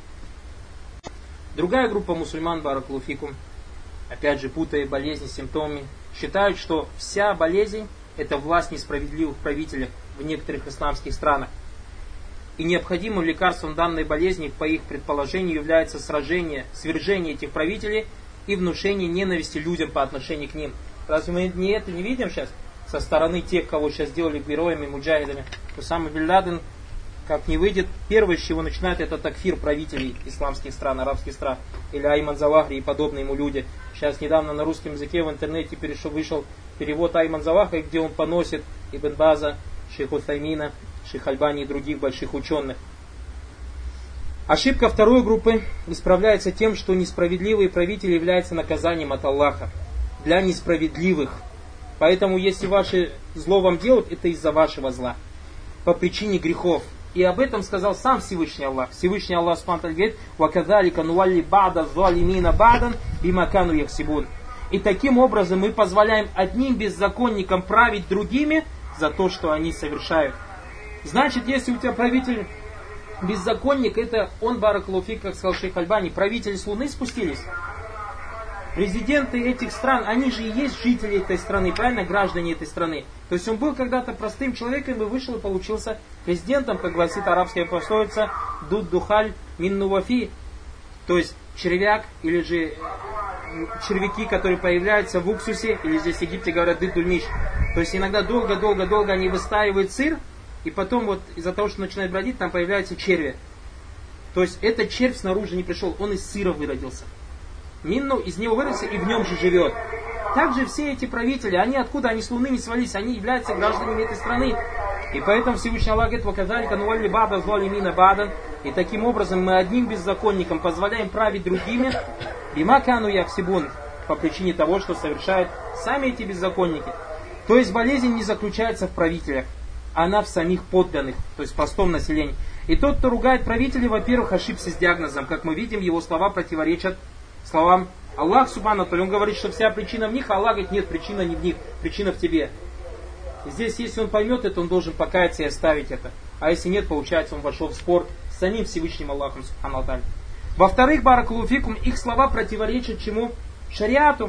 Другая группа мусульман, баракалуфикум, опять же, путая болезни с симптомами, считают, что вся болезнь – это власть несправедливых правителей в некоторых исламских странах. И необходимым лекарством данной болезни, по их предположению, является сражение, свержение этих правителей и внушение ненависти людям по отношению к ним. Разве мы не это не видим сейчас со стороны тех, кого сейчас сделали героями, муджахидами? Усама бин Ладен, как не выйдет, первое, с чего начинает, это такфир правителей исламских стран, арабских стран, или Айман Завахри и подобные ему люди. Сейчас недавно на русском языке в интернете перешел, вышел перевод Айман Завахри, где он поносит Ибн База, Шейх Утаймина, Шейх Альбани и других больших ученых. Ошибка второй группы исправляется тем, что несправедливые правители являются наказанием от Аллаха для несправедливых. Поэтому, если ваше зло вам делают, это из-за вашего зла, по причине грехов. И об этом сказал сам Всевышний Аллах. Всевышний Аллах субхану ва тааля говорит: «Вакадалика нуалли ба'да залимина ба'дан бимакану яхсибун». И таким образом мы позволяем одним беззаконникам править другими за то, что они совершают. Значит, если у тебя правитель беззаконник, это он, баракаллаху фик, как сказал шейх Альбани, правители с Луны спустились. Президенты этих стран, они же и есть жители этой страны, правильно, граждане этой страны. То есть он был когда-то простым человеком и вышел и получился президентом, как гласит арабская пословица, дуд духаль мин нувафи. То есть червяк или же червяки, которые появляются в уксусе, или здесь в Египте говорят дыдульмиш. То есть иногда долго-долго-долго они выстаивают сыр, и потом вот из-за того, что начинает бродить, там появляются черви. То есть этот червь снаружи не пришел, он из сыра выродился. Минну из него выродился и в нем же живет. Также все эти правители, они откуда, они с Луны не свалились, они являются гражданами этой страны. И поэтому Всевышний Аллах говорит, «Ваказалика нуалли бада злалимина бадан». И таким образом мы одним беззаконникам позволяем править другими, бима кану яфсибун, по причине того, что совершают сами эти беззаконники. То есть болезнь не заключается в правителях, она в самих подданных, то есть в простом населении. И тот, кто ругает правителей, во-первых, ошибся с диагнозом. Как мы видим, его слова противоречат словам Аллах Субхану ва Тааля. Он говорит, что вся причина в них, а Аллах говорит, нет, причина не в них, причина в тебе. И здесь, если он поймет это, он должен покаяться и оставить это. А если нет, получается, он вошел в спор с самим Всевышним Аллахом Субхану ва Тааля. Во-вторых, баракаллаху фикум, их слова противоречат чему? Шариату,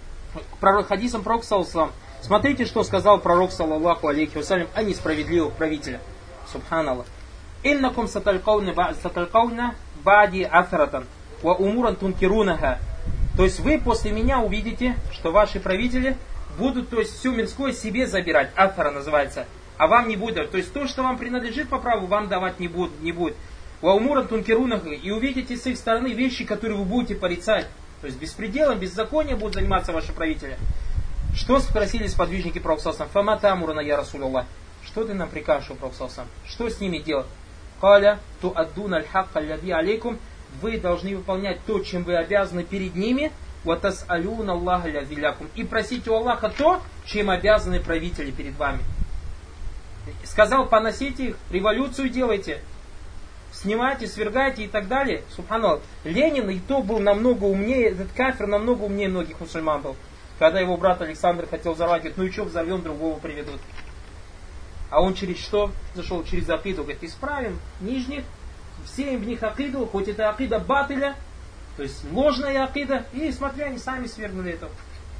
хадисам пророка саллаллаху алейхи ва саллям. Смотрите, что сказал пророк саллаллаху алейхи ва саллям о несправедливых правителях. Субханаллах. «Иннакум саталкауна бади афратан ва умуран тункирунаха». То есть вы после меня увидите, что ваши правители будут, то есть всю мирское себе забирать. Афара называется. А вам не будет. То есть то, что вам принадлежит по праву, вам давать не будет. Не будет. Ва умуран тункирунаха. И увидите с их стороны вещи, которые вы будете порицать. То есть беспределом, беззаконием будут заниматься ваши правители. Что спросили сподвижники пророка саллаллаху алейхи ва саллям? Фама тамурана я расулаллах. Что ты нам прикажешь, пророк саллаллаху алейхи ва саллям? Что с ними делать? Каля ту аддун аль-хакка аллади алейкум. Вы должны выполнять то, чем вы обязаны перед ними. Ватас алюн Аллаха лязилякум. И просите у Аллаха то, чем обязаны правители перед вами. Сказал, поносите их, революцию делайте, снимайте, свергайте и так далее. Субханаллах. Ленин и то был намного умнее, этот кафир намного умнее многих мусульман был. Когда его брат Александр хотел взорвать, говорит, ну и что, взорвем, другого приведут. А он через что зашел? Через акиду. Говорит, исправим нижних, всеем в них акиду, хоть это акида батыля, то есть ложная акида, и смотря, они сами свергнули это.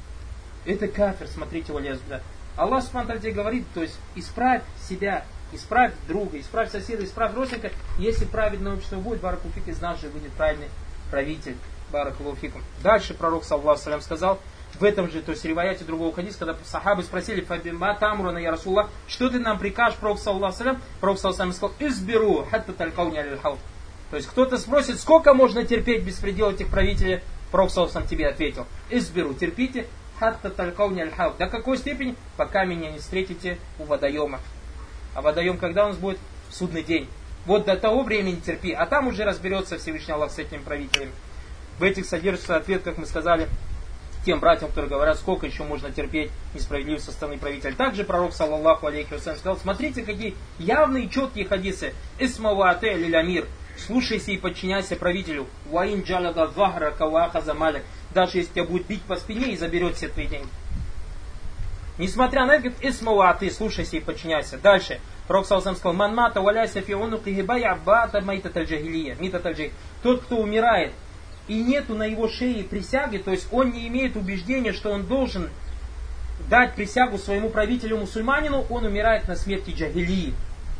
Это кафир, смотрите, валязбля. Аллах Субхану говорит, то есть исправь себя, исправь друга, исправь соседа, исправь родственника. Если праведное общество будет, баракаллаху фик, из нас же выйдет правильный правитель. Баракаллаху фикум. Дальше пророк саллаллаху алейхи ва саллям сказал, в этом же, то есть риваяте другого хадиса, когда сахабы спросили, Фабима тамурана я Расуллах, что ты нам прикажешь, пророк саллаллаху алейхи ва саллям? Пророк саллаллаху алейхи ва саллям сказал, изберу, хатта талькауни аль хауд. То есть кто-то спросит, сколько можно терпеть беспредел этих правителей? Пророк саллаллаху алейхи ва саллям тебе ответил, изберу, терпите, хатта талькауни аль хауд. До какой степени? Пока меня не встретите у водоема. А водоем когда у нас будет? В судный день. Вот до того времени терпи, а там уже разберется Всевышний Аллах с этими правителями. В этих содержится ответ, как мы сказали, тем братьям, которые говорят, сколько еще можно терпеть несправедливость со стороны правителя. Также пророк, саллаллаху алейхи ва саллям, сказал, смотрите, какие явные, четкие хадисы. Исмавате лилямир. Слушайся и подчиняйся правителю. Ваин джалага вахра каваха замалик. Даже если тебя будет бить по спине и заберет все твои деньги. Несмотря на это, говорит, исмавате, слушайся и подчиняйся. Дальше. Пророк, саллаллаху алейхи ва саллям, сказал, ман мата валяйся фи унукихи бая бата майтат аль-джахилия. Тот, кто умирает, и нету на его шее присяги, то есть он не имеет убеждения, что он должен дать присягу своему правителю-мусульманину, он умирает на смерти джахилии.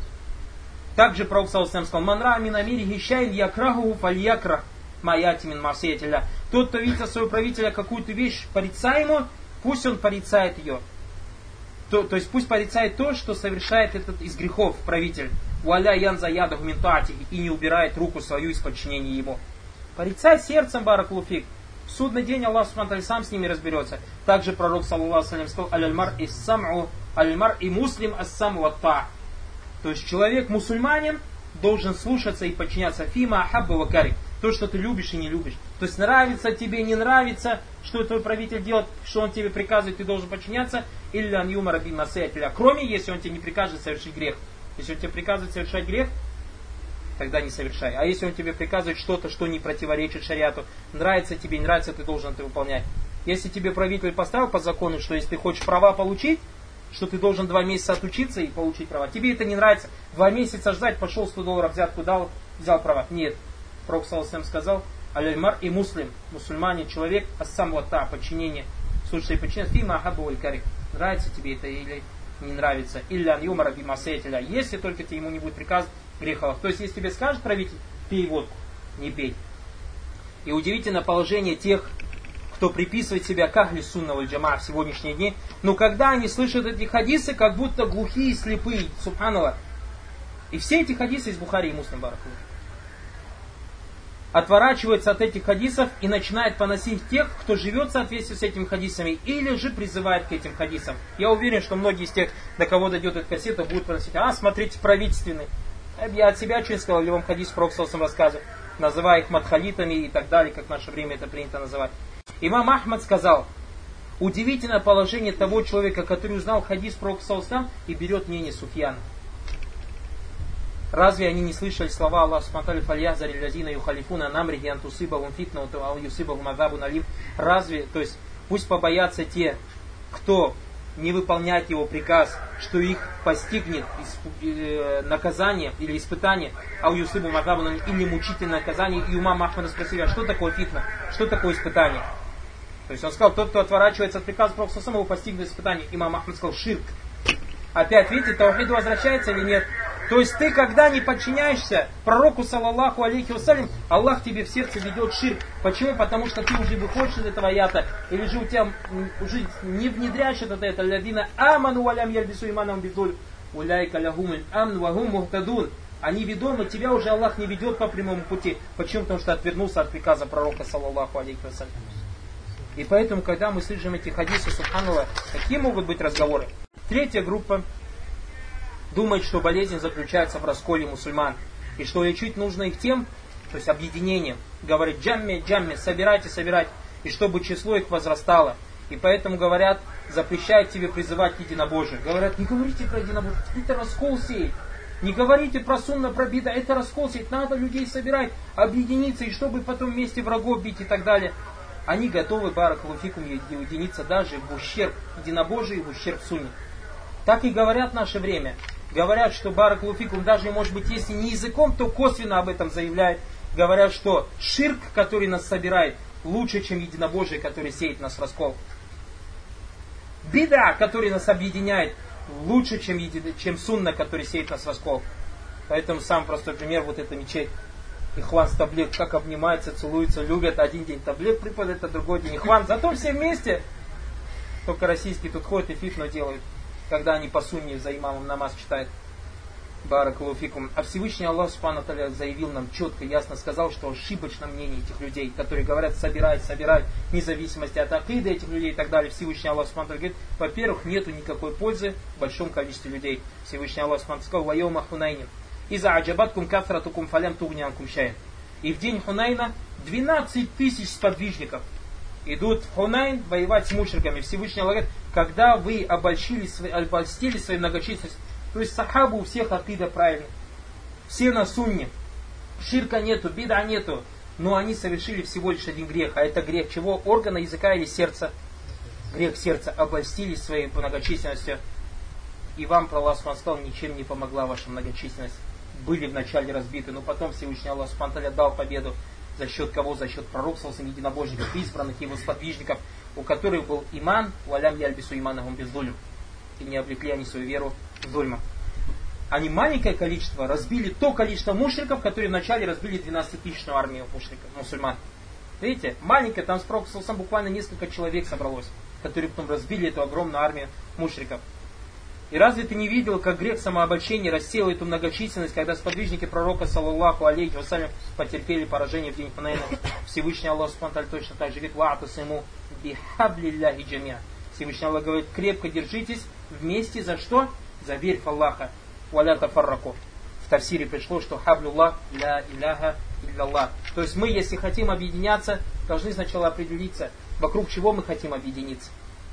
Также пророк саллаллаху алейхи ва саллям сказал, ман ра мин амирихи шайн якраху фальякрах маяти мин марсиятилля. Тот, кто видит от своего правителя какую-то вещь порицаемую, пусть он порицает ее. То, то есть пусть порицает то, что совершает этот из грехов правитель. Уаля ян заядаху мин таатихи, и не убирает руку свою из подчинения ему. Порицай сердцем, баракаллаху фик. В судный день Аллах Субхану ва Тааля сам с ними разберется. Также пророк, саллаллаху алейхи ва саллям, сказал, аль-мар и сам'у, аль-мар и муслим ас-сам'у ва-та'. То есть человек, мусульманин, должен слушаться и подчиняться фима ахабба ва карик. То, что ты любишь и не любишь. То есть нравится тебе, не нравится, что твой правитель делает, что он тебе приказывает, ты должен подчиняться. Илля ан юмара би масаятиля. Кроме, если он тебе не приказывает совершить грех. Если он тебе приказывает совершать грех, тогда не совершай. А если он тебе приказывает что-то, что не противоречит шариату, нравится тебе, не нравится, ты должен это выполнять. Если тебе правитель поставил по закону, что если ты хочешь права получить, что ты должен два месяца отучиться и получить права. Тебе это не нравится. Два месяца ждать, пошел сто долларов взятку дал, взял права. Нет. Пророк саллаллаху алейхи сказал, аль-мар и муслим, мусульманин, человек, ассам вата, подчинение. Слушай, подчинение, фима ахабу аль-карих. Нравится тебе это или не нравится? Иллян юмара бимасеятиля. Если только тебе ему не будет приказ греха. То есть, если тебе скажет правитель, пей водку, не пей. И удивительно положение тех, кто приписывает себя к ахли сунна валь джамаа в сегодняшние дни, но когда они слышат эти хадисы, как будто глухие и слепые, субханаллах. И все эти хадисы из Бухари и Муслим, баракаллаху. Отворачиваются от этих хадисов и начинает поносить тех, кто живет в соответствии с этими хадисами, или же призывает к этим хадисам. Я уверен, что многие из тех, до кого дойдет эта кассета, будут поносить, а, смотрите, правительственный. Я от себя что сказал, или вам хадис пророк саллаллаху алейхи рассказывает, называя их мадхалитами и так далее, как в наше время это принято называть. Имам Ахмад сказал, удивительное положение того человека, который узнал хадис пророка саллаллаху алейхи и берет мнение Суфьяна. Разве они не слышали слова Аллаха субхану фальязари лазина юхалифуна намрихи антусыбахум фитна ал юсыбахум азабун алим. Разве, то есть пусть побоятся те, кто не выполняет его приказ, что их постигнет наказание или испытание, ау юсыбахум азабун алим, или мучительное наказание. И у имама Ахмада спросили, а что такое фитна, что такое испытание? То есть он сказал, тот, кто отворачивается от приказа пророка саллаллаху алейхи ва саллям, его постигнет испытание. Имам Ахмад сказал, ширк. Опять, видите, таухид возвращается или нет? То есть ты, когда не подчиняешься пророку, саллаллаху алейхи вассалям, Аллах тебе в сердце ведет ширк. Почему? Потому что ты уже выходишь из этого аята, или же у тебя уже не внедряешь это, это лядина аману валям ярбису иманом бидуль, уляйка лягумуль амн вагум мухтадун. Они ведомы, тебя уже Аллах не ведет по прямому пути. Почему? Потому что отвернулся от приказа пророка, саллаллаху алейхи вассалям. И поэтому, когда мы слышим эти хадисы, субханаллах, какие могут быть разговоры? Третья группа думает, что болезнь заключается в расколе мусульман. И что лечить нужно их тем, то есть объединением. Говорит, джамми, джамми, собирайте, собирайте. И чтобы число их возрастало. И поэтому говорят, запрещают тебе призывать к единобожию. Говорят, не говорите про единобожие, это раскол сеет. Не говорите про сунна, про бида, это раскол сеет. Надо людей собирать, объединиться, и чтобы потом вместе врагов бить и так далее. Они готовы, баракаллаху фикум, уединиться даже в ущерб единобожию и в ущерб сунне. Так и говорят в наше время. Говорят, что баракаллаху фикум, даже, может быть, если не языком, то косвенно об этом заявляют. Говорят, что ширк, который нас собирает, лучше, чем единобожие, который сеет нас раскол. Бида, который нас объединяет, лучше, чем, еди... чем сунна, который сеет нас раскол. Поэтому самый простой пример, вот эта мечеть. Ихван с таблик, как обнимаются, целуются, любят. Один день таблик припадает, а другой день ихван. Зато все вместе. Только российские тут ходят и фитну делают, когда они по сунне за имамом намаз читают. Баракаллаху фикум. А Всевышний Аллах субхану ва тааля заявил нам четко, ясно сказал, что ошибочно мнение этих людей, которые говорят, собирай, собирай, вне зависимости от акиды этих людей и так далее. Всевышний Аллах субхану ва тааля говорит, во-первых, нету никакой пользы в большом количестве людей. Всевышний Аллах субхану ва тааля сказал, вайома хунайнин. Иза аджабаткум кафратукум фалям тугнянкум шайн. И в день Хунайна двенадцать тысяч сподвижников идут в Хунайн воевать с мушриками. Всевышний Аллах говорит, когда вы обольстили, обольстили своей многочисленностью, то есть сахабу у всех акида правильно, все на сунне, ширка нету, бида нету, но они совершили всего лишь один грех. А это грех чего? Органа языка или сердца? Грех сердца. Обольстились своей многочисленностью. И вам, про Аллах сказал, ничем не помогла ваша многочисленность. Были вначале разбиты, но потом Всевышний Аллах Субхану дал победу. За счет кого? За счет пророков, единобожников, избранных его сподвижников, у которых был иман, валям яльбису иманахум бездулю. И не облекли они свою веру в дульма. Они маленькое количество разбили то количество мушриков, которые вначале разбили двенадцатитысячную армию мушриков, мусульман. Видите? Маленькое, там с пророком буквально несколько человек собралось, которые потом разбили эту огромную армию мушриков. И разве ты не видел, как грех самообольщения рассеял эту многочисленность, когда сподвижники пророка, саллаллаху алейхи вассалям, потерпели поражение в день Хунайна? Всевышний Аллах субхану ва тааля точно так же говорит, ва'тасиму бихаблиллахи джамиа. Всевышний Аллах говорит, крепко держитесь вместе за что? За верь в Аллаха. Валя тафарраку. В тафсире пришло, что хаблюллах ля иляха илляллах. То есть мы, если хотим объединяться, должны сначала определиться, вокруг чего мы хотим объединиться.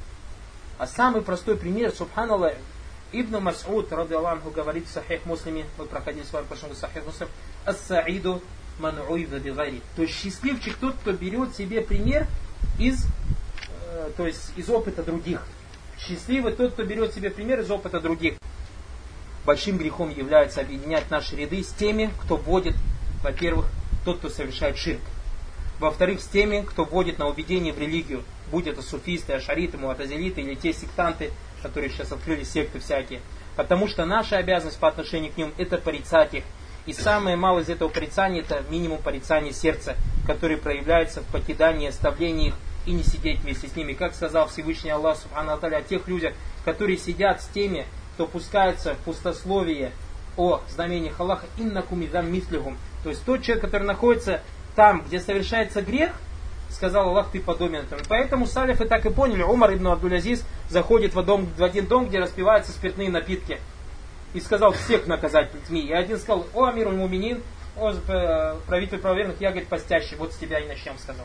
А самый простой пример, субханаллах, Ибн Мас'уд, ради Аллаху, говорит в Сахих Муслиме, мы проходили с вами в прошлом году Сахих Муслим, ас-саиду ман уйза бигайри. То есть счастливчик тот, кто берет себе пример из, э, то есть из опыта других. Счастливый тот, кто берет себе пример из опыта других. Большим грехом является объединять наши ряды с теми, кто вводит, во-первых, тот, кто совершает ширк. Во-вторых, с теми, кто вводит на убеждение в религию, будь это суфисты, ашариты, муатазилиты или те сектанты, которые сейчас открыли секты всякие. Потому что наша обязанность по отношению к ним это порицать их. И самое малое из этого порицания это минимум порицания сердца, которое проявляется в покидании и оставлении их и не сидеть вместе с ними. Как сказал Всевышний Аллах Субхану ва Тааля о тех людях, которые сидят с теми, кто пускается в пустословие о знамениях Аллаха, иннакум идам мислихум. То есть тот человек, который находится там, где совершается грех, сказал Аллах, ты подобен этому. Поэтому салифы так и поняли. Умар ибн Абдуль-Азиз заходит в, дом, в один дом, где распиваются спиртные напитки. И сказал всех наказать плетьми. И один сказал: о, амируль муминин, о, правитель правоверных, я, говорит, постящий, вот с тебя и начнем, сказал.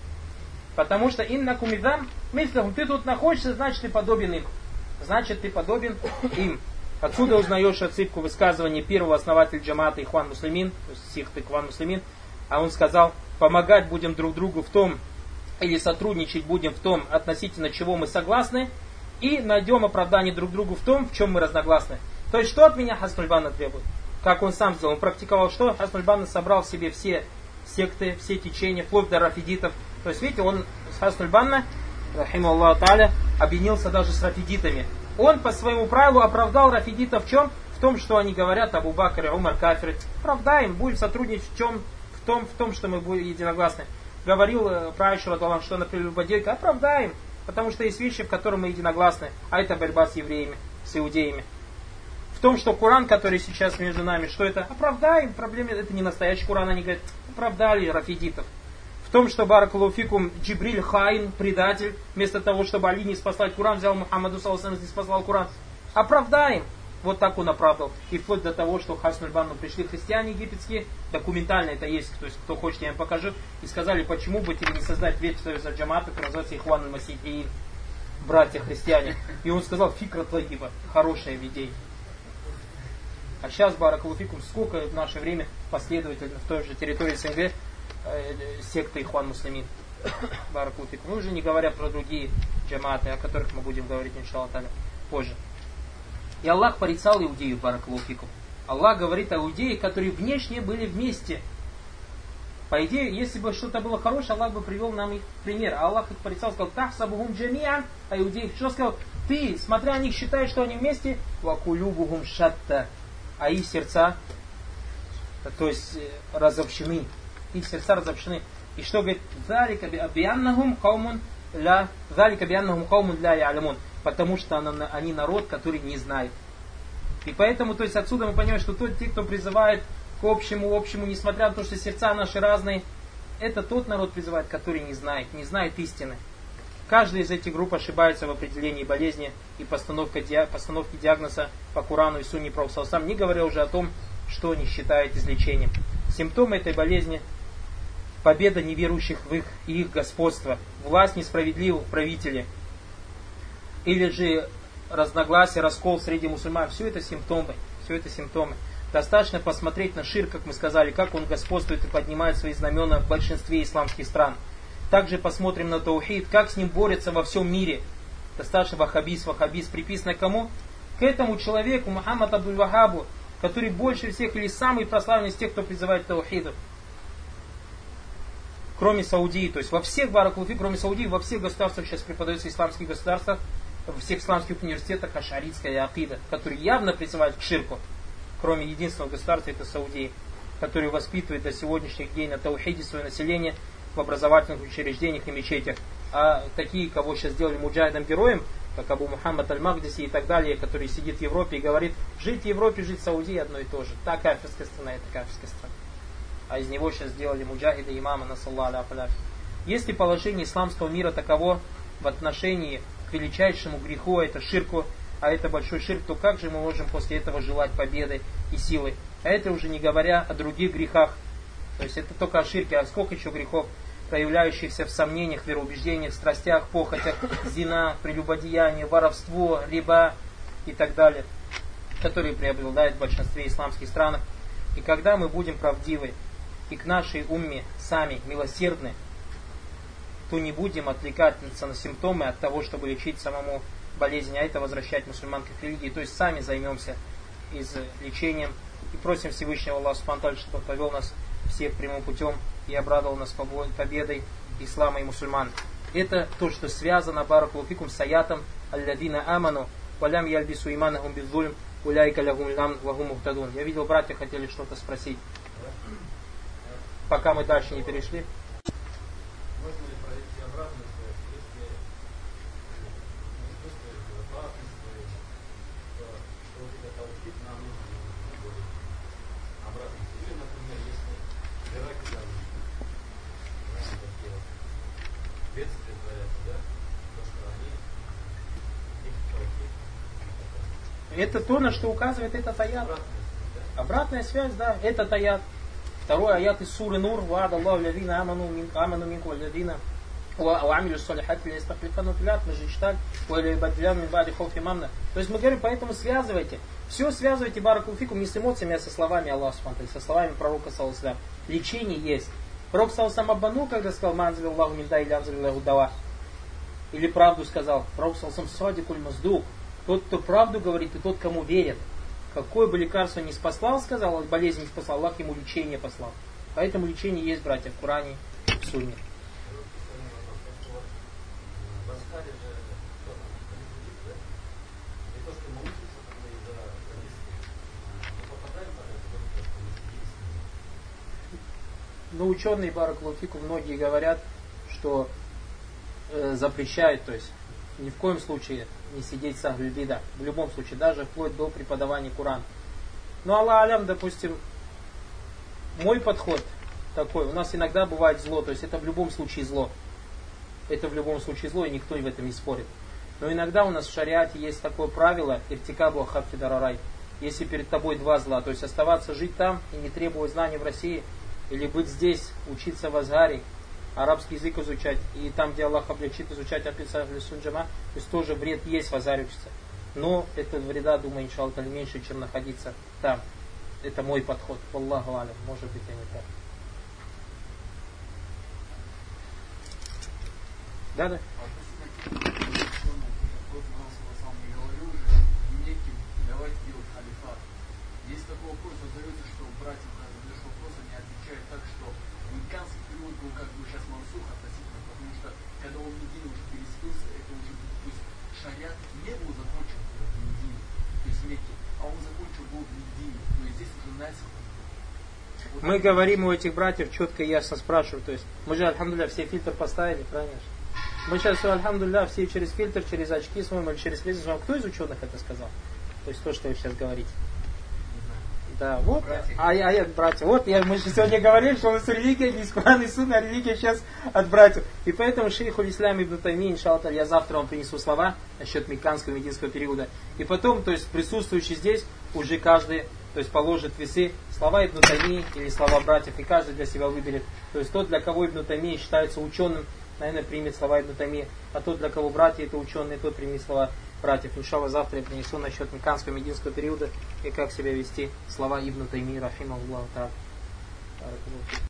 Потому что иннакум идам мислихум, ты тут находишься, значит ты подобен им. Значит ты подобен им. Отсюда узнаешь отсыпку высказывания первого основателя джамата Ихван Муслимин, то есть сихт Ихван Муслимин, а он сказал: помогать будем друг другу в том, или сотрудничать будем в том, относительно чего мы согласны, и найдем оправдание друг другу в том, в чем мы разногласны. То есть, что от меня Хасан аль-Банна требует? Как он сам сделал? Он практиковал что? Хасан аль-Банна собрал в себе все секты, все течения, вплоть до рафидитов. То есть, видите, он с Хасан аль-Банна, рахиму Аллаху тааля, объединился даже с рафидитами. Он по своему правилу оправдал рафидитов в чем? В том, что они говорят: Абу Бакр и Умар кафиры. Оправдаем, будем сотрудничать в чем? В том, в том, что мы будем единогласны. Говорил про Аишу радхиаллаху, что, например, любодейка, оправдаем, потому что есть вещи, в которых мы единогласны, а это борьба с евреями, с иудеями. В том, что Коран, который сейчас между нами, что это? Оправдаем, проблемы, это не настоящий Коран, они говорят, оправдали рафидитов. В том, что баракаллаху фикум Джибриль хаин, предатель, вместо того, чтобы Али не спасать Коран, взял Мухаммаду саллаллаху алейхи ва саллям, не спасал Коран. Оправдаем. Вот так он оправдал. И вплоть до того, что в Хасан аль-Банну пришли христиане египетские, документально это есть, то есть кто хочет, я им покажу, и сказали, почему бы тебе не создать ветвь союза джамата, который называется Ихван аль-Масихиин, братья христиане. И он сказал: фикра твагиба, хорошая идея. А сейчас, баракаллаху фикум, сколько в наше время последовательно в той же территории СНГ э, секты Ихван Муслимин. Баракаллаху фикум. Мы уже не говоря про другие джаматы, о которых мы будем говорить, иншаллах та'аля, позже. И Аллах порицал иудеев, баракаллаху фикум. Аллах говорит о иудеях, которые внешне были вместе. По идее, если бы что-то было хорошее, Аллах бы привел нам их пример. А Аллах их порицал, сказал: тахсабухум джамиан, а иудеев что сказал? Ты, смотря на них, считаешь, что они вместе, вакулюбухум шатта, а их сердца, то есть разобщены. Их сердца разобщены. И что говорит? Залика бианнахум каумун ля залика бианнахум каумун ля я'лямун. Потому что они народ, который не знает. И поэтому, то есть отсюда мы понимаем, что тот, те, кто призывает к общему, общему, несмотря на то, что сердца наши разные, это тот народ призывает, который не знает, не знает истины. Каждая из этих групп ошибается в определении болезни и постановке, постановке диагноза по Корану и Сунне пророка саллаллаху алейхи ва саллям, не говоря уже о том, что они считают излечением. Симптомы этой болезни: победа неверующих в их, их господство, власть несправедливых правителей, или же разногласия, раскол среди мусульман. Все это симптомы. Все это симптомы. Достаточно посмотреть на ширк, как мы сказали, как он господствует и поднимает свои знамена в большинстве исламских стран. Также посмотрим на таухид, как с ним борются во всем мире. Достаточно ваххабис, ваххабис приписано кому? К этому человеку, Мухаммад Абдуль-Вахабу, который больше всех или самый прославленный из тех, кто призывает к таухиду. Кроме Саудии, то есть во всех баракаллаху фик, кроме Саудии, во всех государствах сейчас преподаются исламских государствах, во всех исламских университетах ашаритская акида, которые явно призывают к ширку, кроме единственного государства, это Саудии, который воспитывает до сегодняшних дней на таухиде свое население в образовательных учреждениях и мечетях. А такие, кого сейчас сделали муджахидом героем, как Абу Мухаммад аль-Магдиси и так далее, который сидит в Европе и говорит: жить в Европе, жить в Саудии одно и то же. Та кафирская страна, это кафирская страна. А из него сейчас сделали муджахида имама, насаллаху аляхи. Если положение исламского мира таково в отношении к величайшему греху, это ширку, а это большой ширк, то как же мы можем после этого желать победы и силы? А это уже не говоря о других грехах. То есть это только о ширке, а сколько еще грехов, проявляющихся в сомнениях, вероубеждениях, страстях, похотях, зина, прелюбодеяние, воровство, риба и так далее, которые преобладают в большинстве исламских стран. И когда мы будем правдивы и к нашей умме сами милосердны, то не будем отвлекаться на симптомы от того, чтобы лечить самому болезни, а это возвращать мусульман к религии. То есть сами займемся из лечением и просим Всевышнего Аллаха Субхану ва Тааля, чтобы Он повел нас всех прямым путем и обрадовал нас победой ислама и мусульман. Это то, что связано, баракаллаху фикум, с аятом алладина аману валям ялбису иманахум бидзульм уляйка лягум лям вагум мухтадун. Я видел, братья хотели что-то спросить, пока мы дальше не перешли.
Можно ли пройти обратную связь, если не чувствуешь безопасности, то что у тебя таухид нам нужно будет обратно. Или, например, если Ираки там бедствия творятся, да, то что они их таухид.
Это то, на что указывает этот аят.
Обратная связь, да?
Обратная связь, да, этот аят. Второй аят из суры Нур. Ва'ада Аллаху лядина аману минку лядина ва'амилю салихати листахлифану филят. Мы же читали. Ва'либадлян мин ба'ди хауфи мамна. То есть мы говорим, поэтому связывайте. Все связывайте, баракаллаху фикум, не с эмоциями, а со словами Аллаха Субхану ва Тааля, со словами пророка саллаллаху алейхи ва саллям. Лечение есть. Пророк саллаллаху алейхи ва саллям обманул, когда сказал манзил Аллаху минда или анзил Аллаху дава. Или правду сказал. Пророк саллаллаху алейхи ва саллям садикуль маздук. Тот, кто правду говорит, и тот, кому верит. Какое бы лекарство не спаслал, сказал, болезнь не спасал, Аллах ему лечение послал. Поэтому лечение есть, братья, в Коране, в Сунне. Но ученые, баракаллаху фикум, многие говорят, что э, запрещают, то есть ни в коем случае не сидеть с ахль бида. В любом случае, даже вплоть до преподавания Корана. Ну, Аллах алям, допустим, мой подход такой. У нас иногда бывает зло, то есть это в любом случае зло. Это в любом случае зло, и никто в этом не спорит. Но иногда у нас в шариате есть такое правило, иртикабу ахаффи дарарай. Если перед тобой два зла, то есть оставаться жить там и не требовать знаний в России, или быть здесь, учиться в Азгаре, арабский язык изучать, и там, где Аллах облегчит, изучать аписах сунджама, то есть тоже вред есть в Азгаре учиться. Но это вреда, думаю, иншаллах, меньше, чем находиться там. Это мой подход. Аллаху алям. Может быть, я не так. Да, да.
Есть такой вопрос, задается, что братья на этот вопрос они отвечают так, что американский период был как бы сейчас мансух относительно, потому что когда он в Медине уже переселился, это уже, то есть шариат не был закончен в Медине, то есть в Мекке, а он закончен был в Медине, то есть здесь уже насих. Вот
мы говорим у этих братьев четко и ясно спрашиваем, то есть мы же, альхамдулилля, все фильтр поставили, правильно? Мы сейчас все, альхамдулилля, все через фильтр, через очки смотрим, или через линзы смотрим. Кто из ученых это сказал? То есть то, что вы сейчас говорите. Да, вот, а я, а я, братья, вот я, мы же сегодня говорили, что у нас религия не из Корана и Сунны, а религия сейчас от братьев. И поэтому шейхуль ислам ибн Тайми, иншаллах, я завтра вам принесу слова насчет мекканского и мединского периода. И потом, то есть присутствующий здесь, уже каждый, то есть положит весы слова ибн Тайми или слова братьев, и каждый для себя выберет. То есть тот, для кого ибн Тайми считается ученым, наверное, примет слова ибн Тайми, а тот, для кого братья это ученые, тот примет слова братьев. Иншаллах, завтра я принесу насчет мекканского и мединского периода и как себя вести. Слова ибн Тайми, рахимахуллаху та'аля.